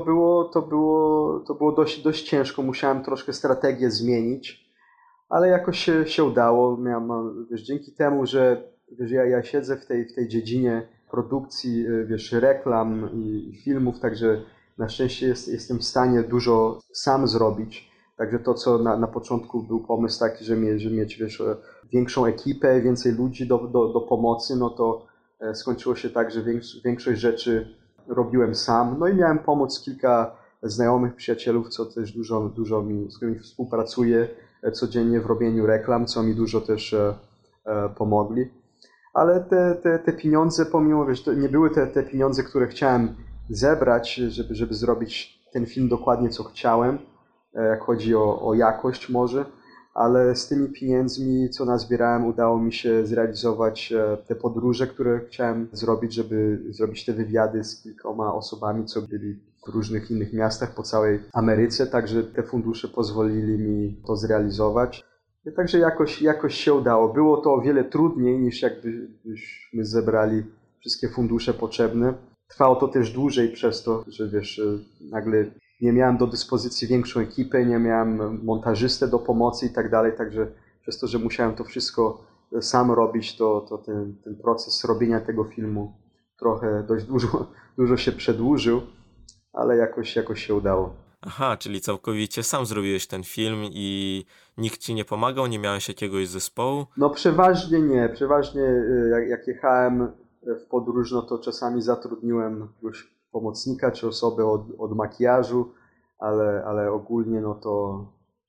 [SPEAKER 2] to było dość ciężko, musiałem troszkę strategię zmienić, ale jakoś się udało. Wiesz, dzięki temu, że wiesz, ja siedzę w tej dziedzinie produkcji, wiesz, reklam i filmów, także na szczęście jestem w stanie dużo sam zrobić. Także to, co na początku był pomysł taki, że mieć wiesz, większą ekipę, więcej ludzi do pomocy, no to skończyło się tak, że większość rzeczy robiłem sam. No i miałem pomoc kilka znajomych, przyjacielów, co też dużo z którymi współpracuję codziennie w robieniu reklam, co mi dużo też pomogli. Ale te pieniądze, pomimo, że to nie były te pieniądze, które chciałem zebrać, żeby zrobić ten film dokładnie, co chciałem, jak chodzi o jakość może, ale z tymi pieniędzmi, co nazbierałem, udało mi się zrealizować te podróże, które chciałem zrobić, żeby zrobić te wywiady z kilkoma osobami, co byli w różnych innych miastach po całej Ameryce, także te fundusze pozwolili mi to zrealizować. Także jakoś się udało. Było to o wiele trudniej niż jakbyśmy zebrali wszystkie fundusze potrzebne. Trwało to też dłużej przez to, że wiesz, nagle nie miałem do dyspozycji większą ekipę, nie miałem montażystę do pomocy i tak dalej, także przez to, że musiałem to wszystko sam robić, to ten proces robienia tego filmu trochę dość dużo się przedłużył, ale jakoś się udało.
[SPEAKER 1] Aha, czyli całkowicie sam zrobiłeś ten film i nikt ci nie pomagał, nie miałeś jakiegoś zespołu?
[SPEAKER 2] No przeważnie nie. Przeważnie jak jechałem w podróż, no to czasami zatrudniłem jakiegoś pomocnika czy osobę od makijażu, ale ogólnie no to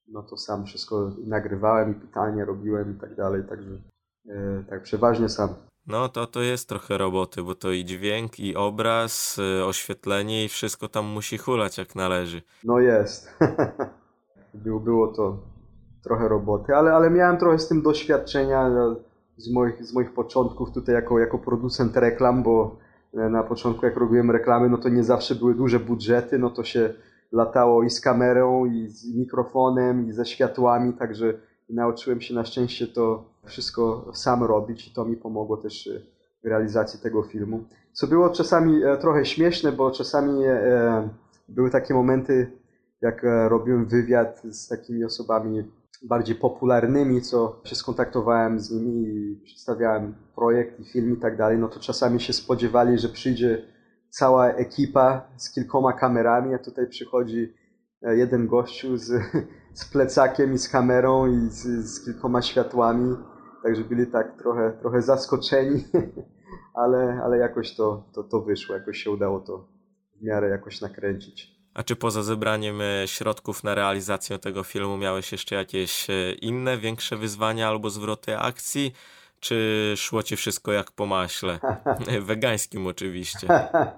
[SPEAKER 2] no to sam wszystko nagrywałem i pytania robiłem i tak dalej, także tak przeważnie sam.
[SPEAKER 1] No to jest trochę roboty, bo to i dźwięk, i obraz, oświetlenie i wszystko tam musi hulać jak należy.
[SPEAKER 2] No jest. Było to trochę roboty, ale miałem trochę z tym doświadczenia z moich początków tutaj jako producent reklam, bo na początku jak robiłem reklamy, no to nie zawsze były duże budżety, no to się latało i z kamerą, i z mikrofonem, i ze światłami, także nauczyłem się na szczęście to wszystko sam robić i to mi pomogło też w realizacji tego filmu. Co było czasami trochę śmieszne, bo czasami były takie momenty, jak robiłem wywiad z takimi osobami bardziej popularnymi, co się skontaktowałem z nimi i przedstawiałem projekt i film i tak dalej, no to czasami się spodziewali, że przyjdzie cała ekipa z kilkoma kamerami, a tutaj przychodzi jeden gościu z plecakiem i z kamerą i z kilkoma światłami, także byli tak trochę zaskoczeni, ale jakoś to wyszło, jakoś się udało to w miarę jakoś nakręcić.
[SPEAKER 1] A czy poza zebraniem środków na realizację tego filmu miałeś jeszcze jakieś inne, większe wyzwania albo zwroty akcji? Czy szło ci wszystko jak po maśle? Wegańskim oczywiście.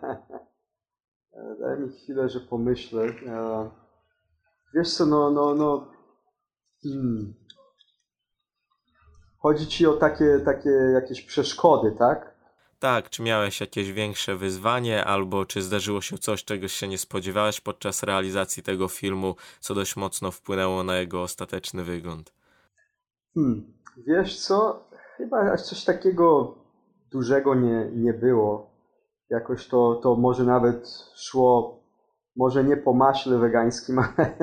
[SPEAKER 2] Daj mi chwilę, że pomyślę. Wiesz co, Chodzi ci o takie jakieś przeszkody, tak?
[SPEAKER 1] Tak, czy miałeś jakieś większe wyzwanie, albo czy zdarzyło się coś, czego się nie spodziewałeś podczas realizacji tego filmu, co dość mocno wpłynęło na jego ostateczny wygląd?
[SPEAKER 2] Wiesz co, chyba aż coś takiego dużego nie było. Jakoś to może nawet szło, może nie po maśle wegańskim,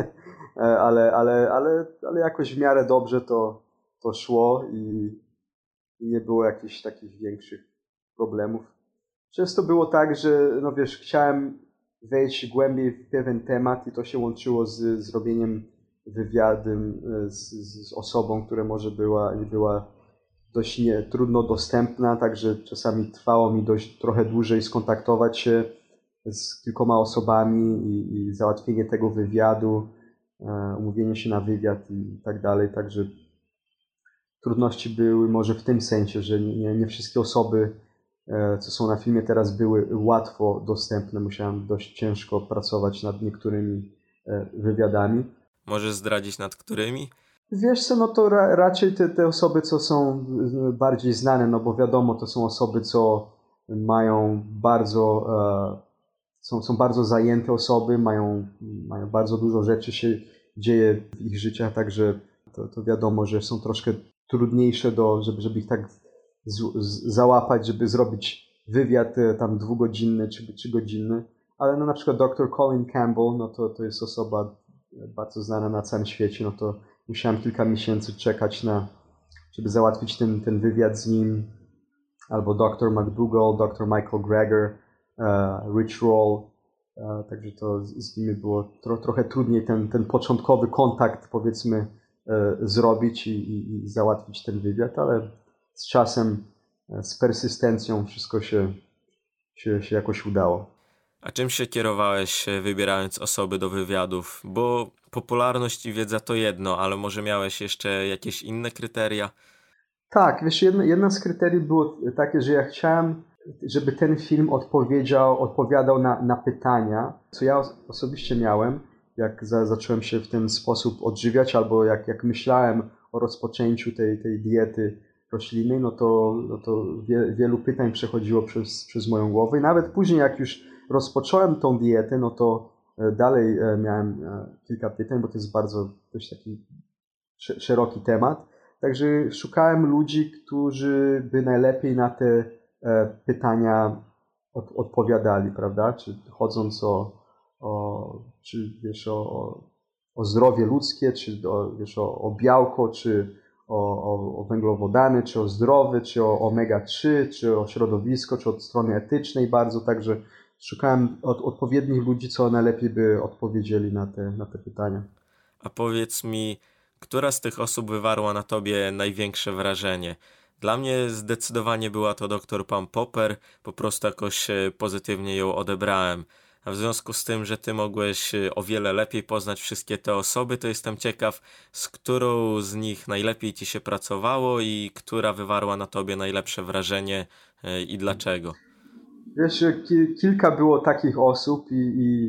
[SPEAKER 2] ale jakoś w miarę dobrze to szło i nie było jakichś takich większych problemów. Często było tak, że no wiesz, chciałem wejść głębiej w pewien temat i to się łączyło z zrobieniem wywiadem z osobą, która może była dość trudno dostępna, także czasami trwało mi trochę dłużej skontaktować się z kilkoma osobami i załatwienie tego wywiadu, umówienie się na wywiad i tak dalej, także trudności były może w tym sensie, że nie wszystkie osoby, co są na filmie teraz, były łatwo dostępne. Musiałem dość ciężko pracować nad niektórymi wywiadami.
[SPEAKER 1] Możesz zdradzić nad którymi?
[SPEAKER 2] Wiesz co, no to raczej te osoby, co są bardziej znane, no bo wiadomo, to są osoby, co mają bardzo, są bardzo zajęte osoby, mają bardzo dużo rzeczy się dzieje w ich życiach, także to wiadomo, że są troszkę trudniejsze żeby ich tak załapać, żeby zrobić wywiad tam 2-godzinny czy 3-godzinny, ale no na przykład dr Colin Campbell, no to jest osoba bardzo znana na całym świecie, no to musiałem kilka miesięcy czekać żeby załatwić ten wywiad z nim, albo dr McDougall, dr Michael Greger, Rich Roll, także to z nimi było trochę trudniej ten początkowy kontakt, powiedzmy, zrobić i załatwić ten wywiad, ale z czasem, z persystencją wszystko się jakoś udało.
[SPEAKER 1] A czym się kierowałeś, wybierając osoby do wywiadów? Bo popularność i wiedza to jedno, ale może miałeś jeszcze jakieś inne kryteria?
[SPEAKER 2] Tak, wiesz, jedna z kryteriów było takie, że ja chciałem, żeby ten film odpowiadał na pytania, co ja osobiście miałem, jak zacząłem się w ten sposób odżywiać, albo jak myślałem o rozpoczęciu tej diety roślinnej, no to wielu pytań przechodziło przez moją głowę i nawet później, jak już rozpocząłem tą dietę, no to dalej miałem kilka pytań, bo to jest bardzo dość taki szeroki temat. Także szukałem ludzi, którzy by najlepiej na te pytania odpowiadali, prawda? Czy chodząc czy wiesz, o zdrowie ludzkie, czy wiesz, o białko, czy o węglowodany, czy o zdrowie, czy o omega-3, czy o środowisko, czy od strony etycznej bardzo. Także szukałem odpowiednich ludzi, co najlepiej by odpowiedzieli na te pytania.
[SPEAKER 1] A powiedz mi, która z tych osób wywarła na tobie największe wrażenie? Dla mnie zdecydowanie była to dr Pam Popper, po prostu jakoś pozytywnie ją odebrałem. A w związku z tym, że ty mogłeś o wiele lepiej poznać wszystkie te osoby, to jestem ciekaw, z którą z nich najlepiej ci się pracowało i która wywarła na tobie najlepsze wrażenie i dlaczego.
[SPEAKER 2] Wiesz, kilka było takich osób i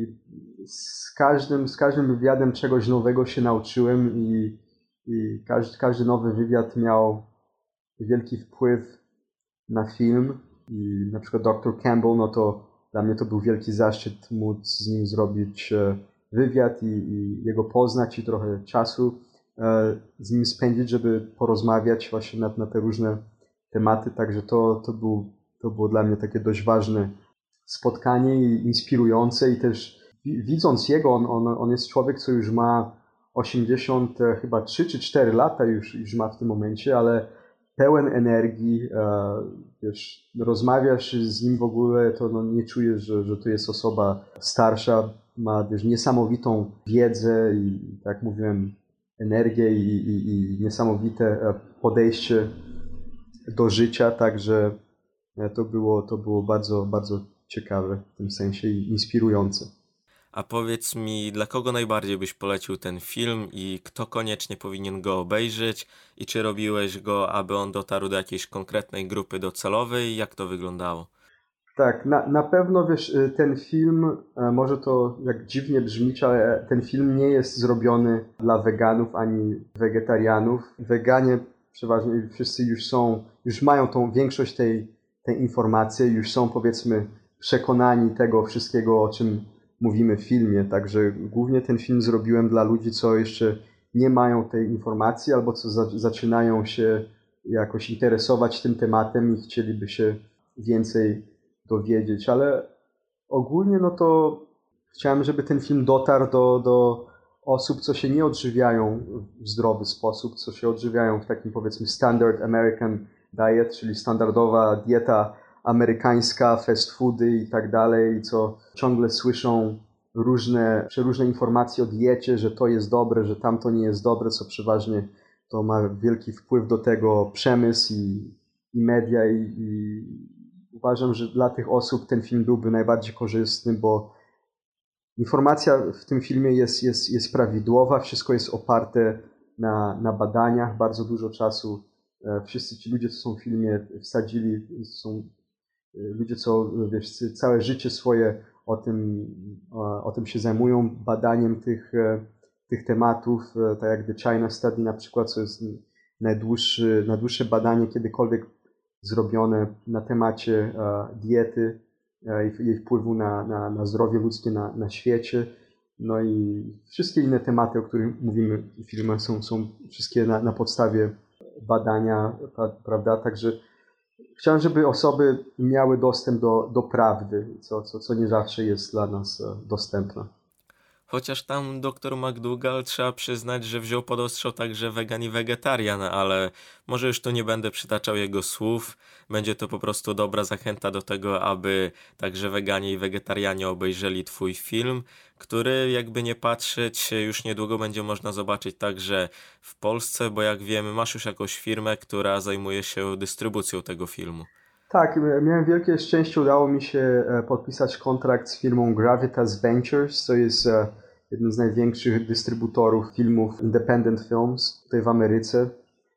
[SPEAKER 2] z każdym wywiadem czegoś nowego się nauczyłem i każdy nowy wywiad miał wielki wpływ na film i na przykład dr Campbell, no to dla mnie to był wielki zaszczyt móc z nim zrobić wywiad i jego poznać i trochę czasu z nim spędzić, żeby porozmawiać właśnie na te różne tematy, także to było dla mnie takie dość ważne spotkanie i inspirujące i też widząc jego, on jest człowiek, co już ma 80 chyba 3 czy 4 lata już ma w tym momencie, ale pełen energii, wiesz, rozmawiasz z nim w ogóle, to no, nie czujesz, że to jest osoba starsza, ma wiesz, niesamowitą wiedzę i tak jak mówiłem, energię i niesamowite podejście do życia, także to było bardzo, bardzo ciekawe w tym sensie i inspirujące.
[SPEAKER 1] A powiedz mi, dla kogo najbardziej byś polecił ten film i kto koniecznie powinien go obejrzeć i czy robiłeś go, aby on dotarł do jakiejś konkretnej grupy docelowej? Jak to wyglądało?
[SPEAKER 2] Tak, na pewno wiesz, ten film, może to jak dziwnie brzmieć, ale ten film nie jest zrobiony dla weganów ani wegetarianów. Weganie przeważnie wszyscy już mają tą większość tej informacji, już są powiedzmy przekonani tego wszystkiego, o czym mówimy w filmie. Także głównie ten film zrobiłem dla ludzi, co jeszcze nie mają tej informacji albo co zaczynają się jakoś interesować tym tematem i chcieliby się więcej dowiedzieć, ale ogólnie no to chciałem, żeby ten film dotarł do osób, co się nie odżywiają w zdrowy sposób, co się odżywiają w takim powiedzmy standard American diet, czyli standardowa dieta amerykańska, fast foody i tak dalej, i co ciągle słyszą przeróżne informacje o diecie, że to jest dobre, że tamto nie jest dobre, co przeważnie to ma wielki wpływ do tego przemysł i media i uważam, że dla tych osób ten film byłby najbardziej korzystny, bo informacja w tym filmie jest prawidłowa, wszystko jest oparte na badaniach, bardzo dużo czasu wszyscy ci ludzie, co są w filmie, wsadzili, są ludzie, co wiesz, całe życie swoje o tym się zajmują, badaniem tych tematów, tak jak The China Study na przykład, co jest najdłuższe badanie kiedykolwiek zrobione na temacie diety i jej wpływu na zdrowie ludzkie na świecie. No i wszystkie inne tematy, o których mówimy w filmach, są wszystkie na podstawie badania, prawda? Także chciałem, żeby osoby miały dostęp do prawdy, co nie zawsze jest dla nas dostępne.
[SPEAKER 1] Chociaż tam dr McDougall trzeba przyznać, że wziął pod ostrzał także wegan i wegetarian, ale może już tu nie będę przytaczał jego słów. Będzie to po prostu dobra zachęta do tego, aby także weganie i wegetarianie obejrzeli twój film, który jakby nie patrzeć już niedługo będzie można zobaczyć także w Polsce, bo jak wiemy masz już jakąś firmę, która zajmuje się dystrybucją tego filmu.
[SPEAKER 2] Tak, miałem wielkie szczęście, udało mi się podpisać kontrakt z firmą Gravitas Ventures, co jest jeden z największych dystrybutorów filmów Independent Films tutaj w Ameryce.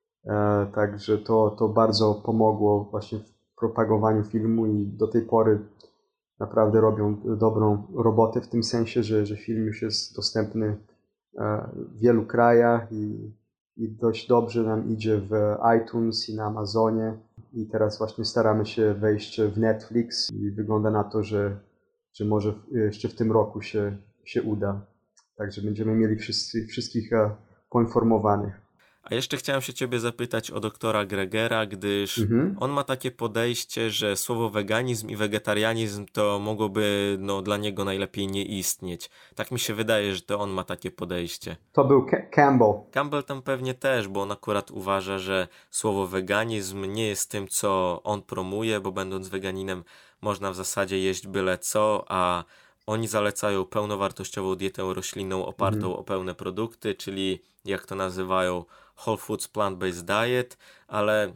[SPEAKER 2] Także to bardzo pomogło właśnie w propagowaniu filmu i do tej pory naprawdę robią dobrą robotę w tym sensie, że film już jest dostępny w wielu krajach i dość dobrze nam idzie w iTunes i na Amazonie. I teraz właśnie staramy się wejść w Netflix i wygląda na to, że może jeszcze w tym roku się uda. Także będziemy mieli wszystkich poinformowanych.
[SPEAKER 1] A jeszcze chciałem się ciebie zapytać o doktora Gregera, gdyż on ma takie podejście, że słowo weganizm i wegetarianizm to mogłoby dla niego najlepiej nie istnieć. Tak mi się wydaje, że to on ma takie podejście.
[SPEAKER 2] To był Campbell.
[SPEAKER 1] Campbell tam pewnie też, bo on akurat uważa, że słowo weganizm nie jest tym, co on promuje, bo będąc weganinem można w zasadzie jeść byle co, a oni zalecają pełnowartościową dietę roślinną opartą o pełne produkty, czyli jak to nazywają Whole Foods Plant-Based Diet, ale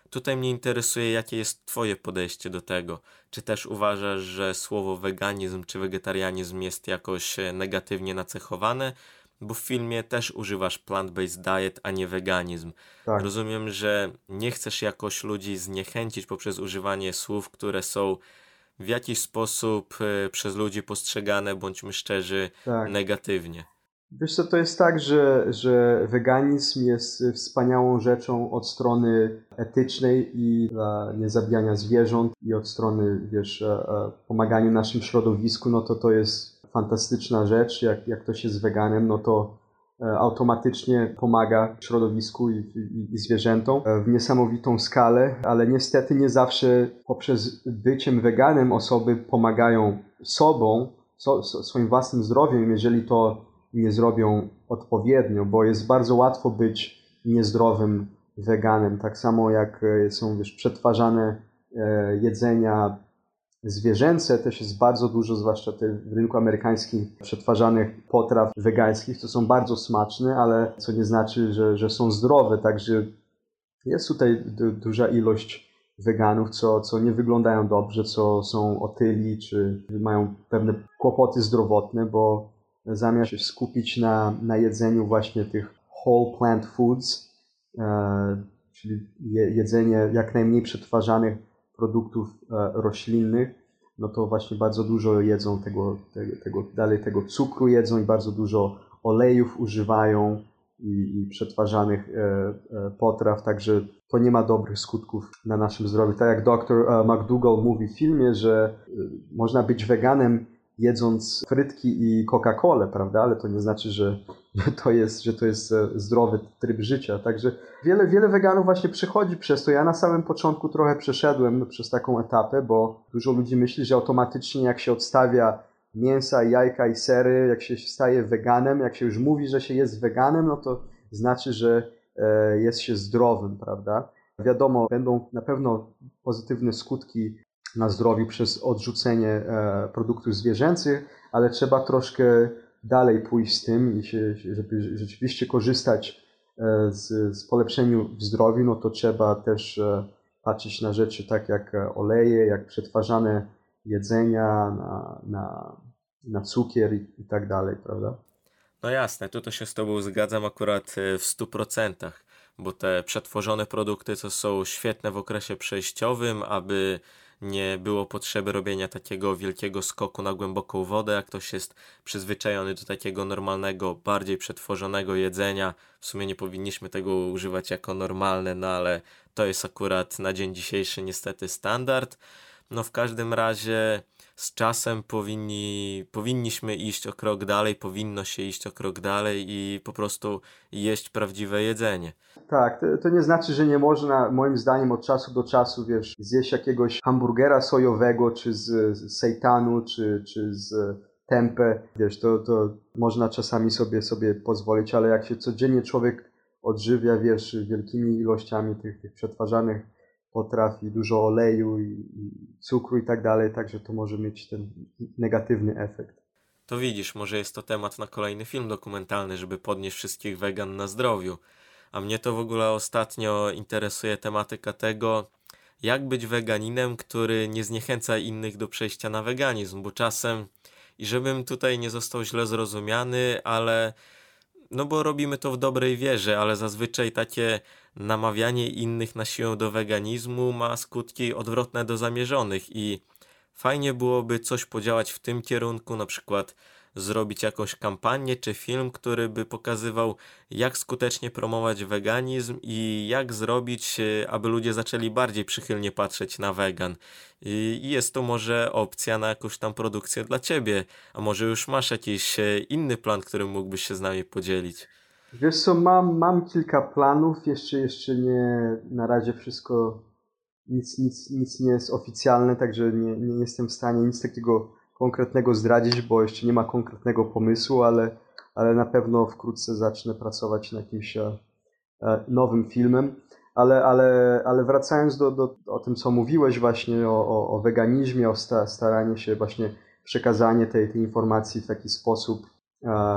[SPEAKER 1] Tutaj mnie interesuje, jakie jest twoje podejście do tego. Czy też uważasz, że słowo weganizm czy wegetarianizm jest jakoś negatywnie nacechowane? Bo w filmie też używasz plant-based diet, a nie weganizm.
[SPEAKER 2] Tak.
[SPEAKER 1] Rozumiem, że nie chcesz jakoś ludzi zniechęcić poprzez używanie słów, które są w jakiś sposób przez ludzi postrzegane, bądźmy szczerzy,
[SPEAKER 2] Tak.
[SPEAKER 1] negatywnie.
[SPEAKER 2] Wiesz co, to jest tak, że weganizm jest wspaniałą rzeczą od strony etycznej i dla niezabijania zwierząt i od strony, wiesz, pomaganiu naszym środowisku, no to jest fantastyczna rzecz. Jak ktoś jest weganem, no to automatycznie pomaga środowisku i zwierzętom w niesamowitą skalę, ale niestety nie zawsze poprzez byciem weganem osoby pomagają sobą, swoim własnym zdrowiem, jeżeli to nie zrobią odpowiednio, bo jest bardzo łatwo być niezdrowym weganem, tak samo jak są, wiesz, przetwarzane jedzenia zwierzęce, też jest bardzo dużo, zwłaszcza w rynku amerykańskim, przetwarzanych potraw wegańskich, to są bardzo smaczne, ale co nie znaczy, że są zdrowe, także jest tutaj duża ilość weganów, co nie wyglądają dobrze, co są otyli, czy mają pewne kłopoty zdrowotne, bo zamiast się skupić na jedzeniu właśnie tych whole plant foods, czyli jedzenie jak najmniej przetwarzanych produktów roślinnych, no to właśnie bardzo dużo jedzą tego cukru jedzą i bardzo dużo olejów używają i przetwarzanych potraw, także to nie ma dobrych skutków na naszym zdrowiu. Tak jak dr McDougall mówi w filmie, że można być weganem jedząc frytki i Coca-Colę, prawda? Ale to nie znaczy, że to jest zdrowy tryb życia. Także wiele weganów właśnie przechodzi przez to. Ja na samym początku trochę przeszedłem przez taką etapę, bo dużo ludzi myśli, że automatycznie jak się odstawia mięsa, jajka i sery, jak się staje weganem, jak się już mówi, że się jest weganem, no to znaczy, że jest się zdrowym, prawda? Wiadomo, będą na pewno pozytywne skutki na zdrowiu przez odrzucenie produktów zwierzęcych, ale trzeba troszkę dalej pójść z tym i żeby rzeczywiście korzystać z polepszeniu w zdrowiu, no to trzeba też patrzeć na rzeczy tak jak oleje, jak przetwarzane jedzenia, na cukier i tak dalej, prawda?
[SPEAKER 1] No jasne, tu to się z tobą zgadzam akurat w 100%, bo te przetworzone produkty to są świetne w okresie przejściowym, aby nie było potrzeby robienia takiego wielkiego skoku na głęboką wodę, jak ktoś jest przyzwyczajony do takiego normalnego, bardziej przetworzonego jedzenia. W sumie nie powinniśmy tego używać jako normalne, no ale to jest akurat na dzień dzisiejszy niestety standard. No w każdym razie z czasem powinniśmy iść o krok dalej, powinno się iść o krok dalej i po prostu jeść prawdziwe jedzenie.
[SPEAKER 2] Tak, to nie znaczy, że nie można, moim zdaniem, od czasu do czasu, wiesz, zjeść jakiegoś hamburgera sojowego, czy z seitanu, czy z tempeh, wiesz, to można czasami sobie pozwolić, ale jak się codziennie człowiek odżywia, wiesz, wielkimi ilościami tych przetwarzanych potraw i dużo oleju i cukru i tak dalej, także to może mieć ten negatywny efekt.
[SPEAKER 1] To widzisz, może jest to temat na kolejny film dokumentalny, żeby podnieść wszystkich wegan na zdrowiu. A mnie to w ogóle ostatnio interesuje tematyka tego, jak być weganinem, który nie zniechęca innych do przejścia na weganizm, bo czasem, i żebym tutaj nie został źle zrozumiany, ale no bo robimy to w dobrej wierze, ale zazwyczaj takie namawianie innych na siłę do weganizmu ma skutki odwrotne do zamierzonych i fajnie byłoby coś podziałać w tym kierunku, na przykład zrobić jakąś kampanię czy film, który by pokazywał, jak skutecznie promować weganizm i jak zrobić, aby ludzie zaczęli bardziej przychylnie patrzeć na wegan. I jest to może opcja na jakąś tam produkcję dla ciebie, a może już masz jakiś inny plan, którym mógłbyś się z nami podzielić.
[SPEAKER 2] Wiesz co, mam kilka planów, jeszcze nie, na razie wszystko, nic nie jest oficjalne, także nie jestem w stanie nic takiego konkretnego zdradzić, bo jeszcze nie ma konkretnego pomysłu, ale na pewno wkrótce zacznę pracować nad jakimś nowym filmem. Ale wracając o tym, co mówiłeś właśnie o weganizmie, o staraniu się właśnie przekazanie tej informacji w taki sposób,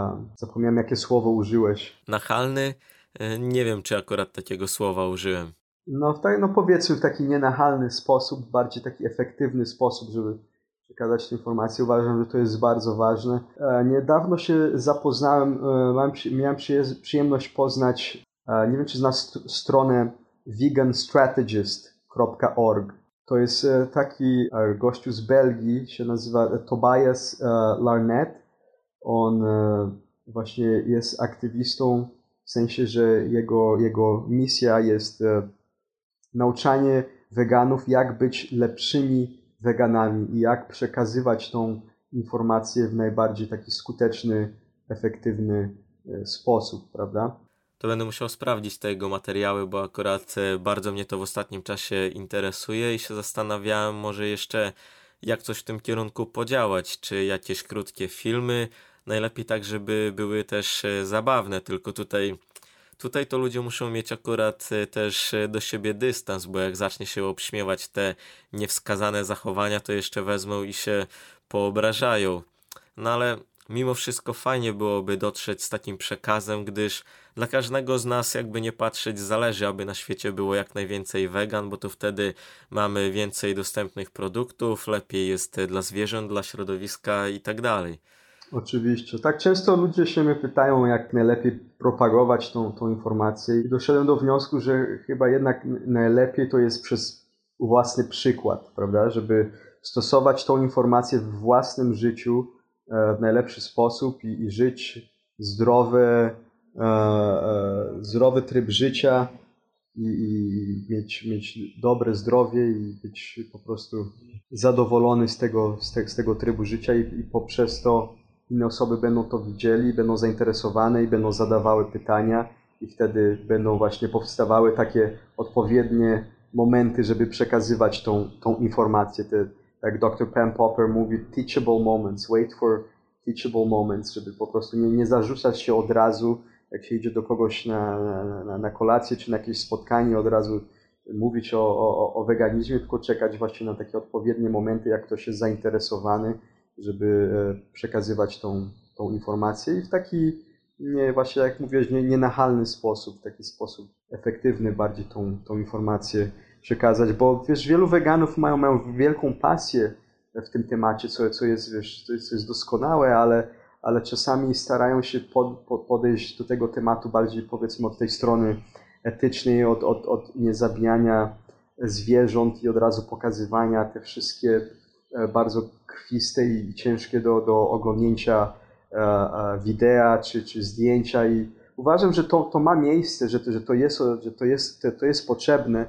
[SPEAKER 2] zapomniałem jakie słowo użyłeś.
[SPEAKER 1] Nachalny? Nie wiem, czy akurat takiego słowa użyłem.
[SPEAKER 2] No powiedzmy w taki nienachalny sposób, bardziej taki efektywny sposób, żeby przekazać tę informację. Uważam, że to jest bardzo ważne. Niedawno się zapoznałem, miałem przyjemność poznać, nie wiem czy znasz stronę veganstrategist.org. To jest taki gościu z Belgii, się nazywa Tobias Larnett. On właśnie jest aktywistą, w sensie, że jego misja jest nauczanie weganów, jak być lepszymi weganami i jak przekazywać tą informację w najbardziej taki skuteczny, efektywny sposób, prawda?
[SPEAKER 1] To będę musiał sprawdzić te jego materiały, bo akurat bardzo mnie to w ostatnim czasie interesuje i się zastanawiałem może jeszcze jak coś w tym kierunku podziałać, czy jakieś krótkie filmy, najlepiej tak, żeby były też zabawne, tylko tutaj to ludzie muszą mieć akurat też do siebie dystans, bo jak zacznie się obśmiewać te niewskazane zachowania, to jeszcze wezmą i się poobrażają. No ale mimo wszystko fajnie byłoby dotrzeć z takim przekazem, gdyż dla każdego z nas, jakby nie patrzeć, zależy, aby na świecie było jak najwięcej wegan, bo to wtedy mamy więcej dostępnych produktów, lepiej jest dla zwierząt, dla środowiska i tak dalej.
[SPEAKER 2] Oczywiście. Tak często ludzie się mnie pytają, jak najlepiej propagować tą informację i doszedłem do wniosku, że chyba jednak najlepiej to jest przez własny przykład, prawda? Żeby stosować tą informację w własnym życiu w najlepszy sposób i żyć zdrowy tryb życia i mieć dobre zdrowie i być po prostu zadowolony z tego trybu życia i poprzez to inne osoby będą to widzieli, będą zainteresowane i będą zadawały pytania i wtedy będą właśnie powstawały takie odpowiednie momenty, żeby przekazywać tą informację. Jak dr Pam Popper mówi, teachable moments, wait for teachable moments, żeby po prostu nie zarzucać się od razu, jak się idzie do kogoś na kolację czy na jakieś spotkanie, od razu mówić o weganizmie, tylko czekać właśnie na takie odpowiednie momenty, jak ktoś jest zainteresowany, żeby przekazywać tą informację i w taki, właśnie jak mówiłeś, nienachalny sposób, w taki sposób efektywny bardziej tą informację przekazać, bo wiesz, wielu weganów mają wielką pasję w tym temacie, co jest, wiesz, co jest doskonałe, ale czasami starają się podejść do tego tematu bardziej, powiedzmy, od tej strony etycznej, od niezabijania zwierząt i od razu pokazywania te wszystkie bardzo krwiste i ciężkie do oglądnięcia wideo czy zdjęcia i uważam, że to ma miejsce, że to jest potrzebne,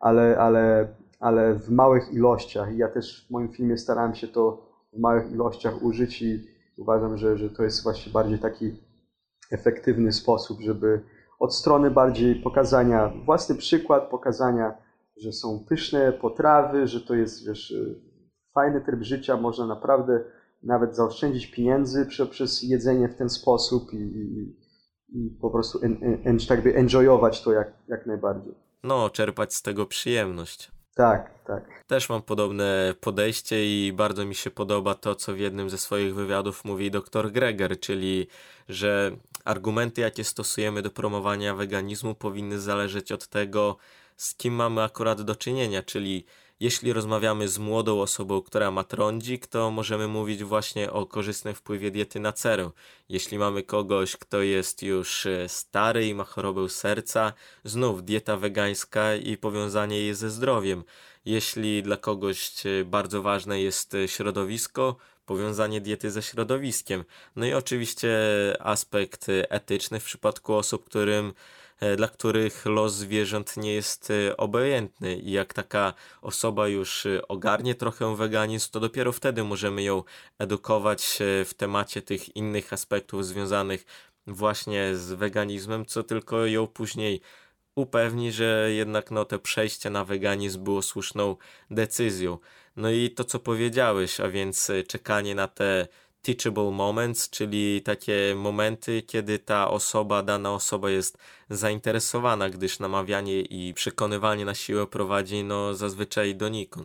[SPEAKER 2] ale w małych ilościach. I ja też w moim filmie starałem się to w małych ilościach użyć i uważam, że to jest właśnie bardziej taki efektywny sposób, żeby od strony bardziej pokazania, własny przykład, pokazania, że są pyszne potrawy, że to jest, wiesz, fajny tryb życia, można naprawdę nawet zaoszczędzić pieniędzy przez jedzenie w ten sposób i po prostu tak by enjoyować to jak najbardziej.
[SPEAKER 1] No, czerpać z tego przyjemność.
[SPEAKER 2] Tak, tak.
[SPEAKER 1] Też mam podobne podejście i bardzo mi się podoba to, co w jednym ze swoich wywiadów mówi dr Greger, czyli że argumenty, jakie stosujemy do promowania weganizmu, powinny zależeć od tego, z kim mamy akurat do czynienia, czyli jeśli rozmawiamy z młodą osobą, która ma trądzik, to możemy mówić właśnie o korzystnym wpływie diety na cerę. Jeśli mamy kogoś, kto jest już stary i ma chorobę serca, znów dieta wegańska i powiązanie jej ze zdrowiem. Jeśli dla kogoś bardzo ważne jest środowisko, powiązanie diety ze środowiskiem. No i oczywiście aspekt etyczny w przypadku osób, dla których los zwierząt nie jest obojętny i jak taka osoba już ogarnie trochę weganizm, to dopiero wtedy możemy ją edukować w temacie tych innych aspektów związanych właśnie z weganizmem, co tylko ją później upewni, że jednak to przejście na weganizm było słuszną decyzją. No i to, co powiedziałeś, a więc czekanie na te teachable moments, czyli takie momenty, kiedy dana osoba jest zainteresowana, gdyż namawianie i przekonywanie na siłę prowadzi zazwyczaj donikąd.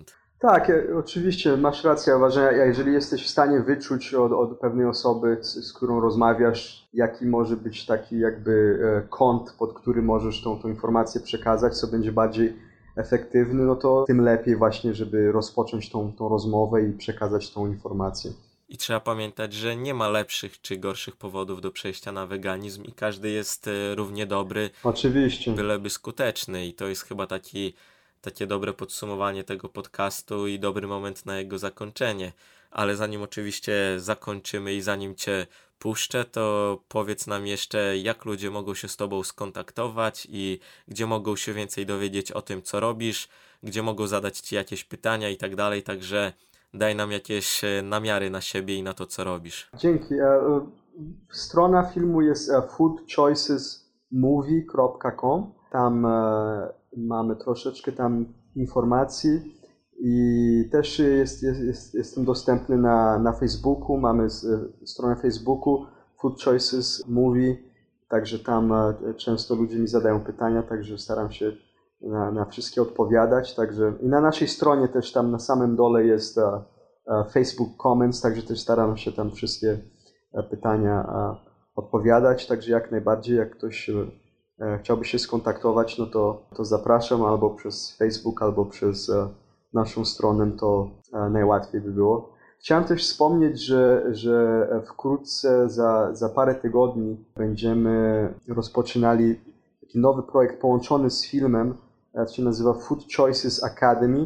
[SPEAKER 2] Tak, oczywiście masz rację. Uważam, jeżeli jesteś w stanie wyczuć od pewnej osoby, z którą rozmawiasz, jaki może być taki jakby kąt, pod który możesz tą informację przekazać, co będzie bardziej efektywny, no to tym lepiej właśnie, żeby rozpocząć tą rozmowę i przekazać tą informację.
[SPEAKER 1] I trzeba pamiętać, że nie ma lepszych czy gorszych powodów do przejścia na weganizm i każdy jest równie dobry,
[SPEAKER 2] Oczywiście.
[SPEAKER 1] byleby skuteczny. I to jest chyba takie dobre podsumowanie tego podcastu i dobry moment na jego zakończenie. Ale zanim oczywiście zakończymy i zanim Cię puszczę, to powiedz nam jeszcze, jak ludzie mogą się z Tobą skontaktować i gdzie mogą się więcej dowiedzieć o tym, co robisz, gdzie mogą zadać Ci jakieś pytania i tak dalej. Także daj nam jakieś namiary na siebie i na to, co robisz.
[SPEAKER 2] Dzięki. Strona filmu jest foodchoicesmovie.com. Tam mamy troszeczkę tam informacji i też jestem dostępny na Facebooku. Mamy stronę Facebooku Food Choices Movie, także tam często ludzie mi zadają pytania, także staram się na wszystkie odpowiadać. Także i na naszej stronie też tam na samym dole jest Facebook Comments, także też staram się tam wszystkie pytania odpowiadać, także jak najbardziej, jak ktoś chciałby się skontaktować, no to zapraszam albo przez Facebook, albo przez naszą stronę, to najłatwiej by było. Chciałem też wspomnieć, że wkrótce, za parę tygodni będziemy rozpoczynali taki nowy projekt połączony z filmem, to się nazywa Food Choices Academy,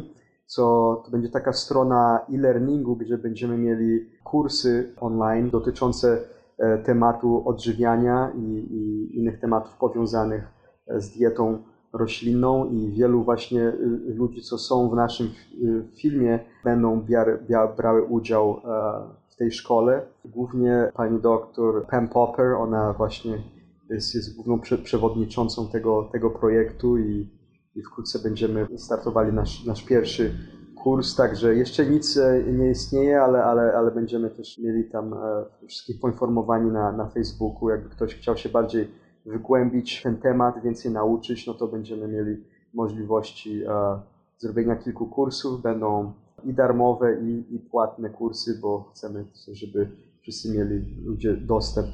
[SPEAKER 2] to będzie taka strona e-learningu, gdzie będziemy mieli kursy online dotyczące tematu odżywiania i innych tematów powiązanych z dietą roślinną i wielu właśnie ludzi, co są w naszym filmie, będą brały udział w tej szkole. Głównie pani doktor Pam Popper, ona właśnie jest główną przewodniczącą tego projektu i wkrótce będziemy startowali nasz pierwszy kurs, także jeszcze nic nie istnieje, ale będziemy też mieli tam wszystkich poinformowani na Facebooku. Jakby ktoś chciał się bardziej wygłębić w ten temat, więcej nauczyć, no to będziemy mieli możliwości zrobienia kilku kursów. Będą i darmowe, i płatne kursy, bo chcemy, żeby wszyscy mieli ludzie dostęp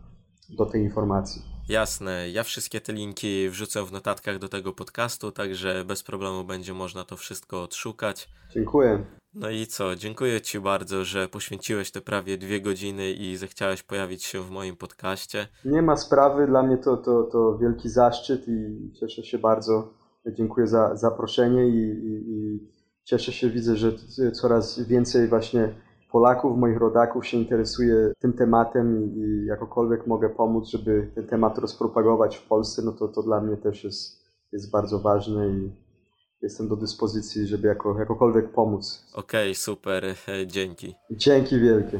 [SPEAKER 2] do tej informacji.
[SPEAKER 1] Jasne, ja wszystkie te linki wrzucę w notatkach do tego podcastu, także bez problemu będzie można to wszystko odszukać.
[SPEAKER 2] Dziękuję.
[SPEAKER 1] No i co, dziękuję Ci bardzo, że poświęciłeś te prawie 2 godziny i zechciałeś pojawić się w moim podcaście.
[SPEAKER 2] Nie ma sprawy, dla mnie to wielki zaszczyt i cieszę się bardzo. Dziękuję za zaproszenie i cieszę się, widzę, że coraz więcej właśnie Polaków, moich rodaków się interesuje tym tematem i jakokolwiek mogę pomóc, żeby ten temat rozpropagować w Polsce, no to dla mnie też jest bardzo ważne i jestem do dyspozycji, żeby jakokolwiek pomóc.
[SPEAKER 1] Okej, super, dzięki.
[SPEAKER 2] Dzięki wielkie.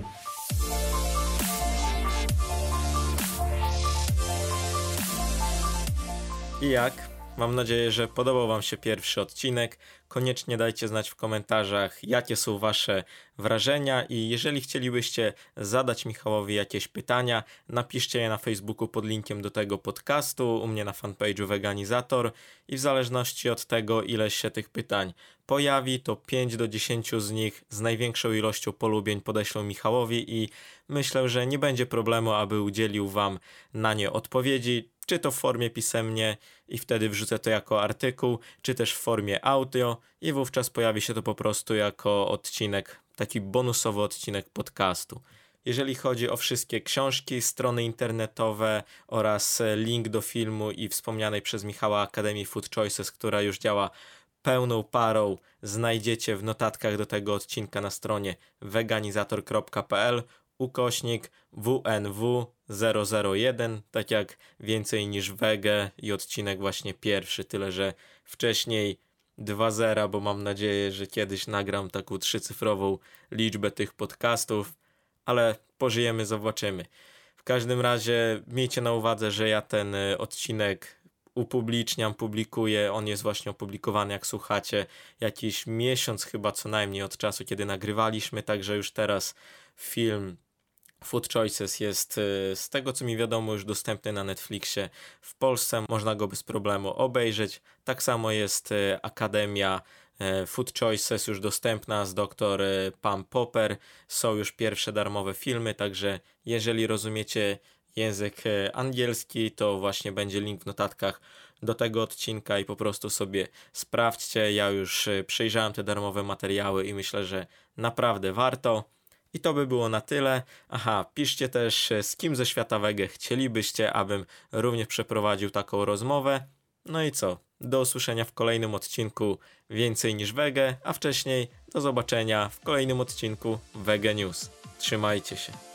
[SPEAKER 1] I jak? Mam nadzieję, że podobał Wam się pierwszy odcinek. Koniecznie dajcie znać w komentarzach, jakie są Wasze wrażenia i jeżeli chcielibyście zadać Michałowi jakieś pytania, napiszcie je na Facebooku pod linkiem do tego podcastu, u mnie na fanpage'u Veganizator i w zależności od tego, ileś się tych pytań pojawi, to 5 do 10 z nich z największą ilością polubień podeślą Michałowi i myślę, że nie będzie problemu, aby udzielił Wam na nie odpowiedzi, czy to w formie pisemnie i wtedy wrzucę to jako artykuł, czy też w formie audio i wówczas pojawi się to po prostu jako odcinek, taki bonusowy odcinek podcastu. Jeżeli chodzi o wszystkie książki, strony internetowe oraz link do filmu i wspomnianej przez Michała Akademii Food Choices, która już działa pełną parą, znajdziecie w notatkach do tego odcinka na stronie veganizator.pl /WNW001, tak jak więcej niż wege i odcinek właśnie pierwszy, tyle że wcześniej 2.0, bo mam nadzieję, że kiedyś nagram taką 3-cyfrową liczbę tych podcastów, ale pożyjemy, zobaczymy. W każdym razie miejcie na uwadze, że ja ten odcinek publikuję, on jest właśnie opublikowany, jak słuchacie, jakiś miesiąc chyba co najmniej od czasu, kiedy nagrywaliśmy, także już teraz film Food Choices jest z tego co mi wiadomo już dostępny na Netflixie w Polsce, można go bez problemu obejrzeć. Tak samo jest Akademia Food Choice jest już dostępna z Dr. Pam Popper. Są już pierwsze darmowe filmy, także jeżeli rozumiecie język angielski, to właśnie będzie link w notatkach do tego odcinka i po prostu sobie sprawdźcie. Ja już przejrzałem te darmowe materiały i myślę, że naprawdę warto. I to by było na tyle. Aha, piszcie też, z kim ze świata wege chcielibyście, abym również przeprowadził taką rozmowę. No i co? Do usłyszenia w kolejnym odcinku Więcej niż Wege, a wcześniej do zobaczenia w kolejnym odcinku Wege News. Trzymajcie się.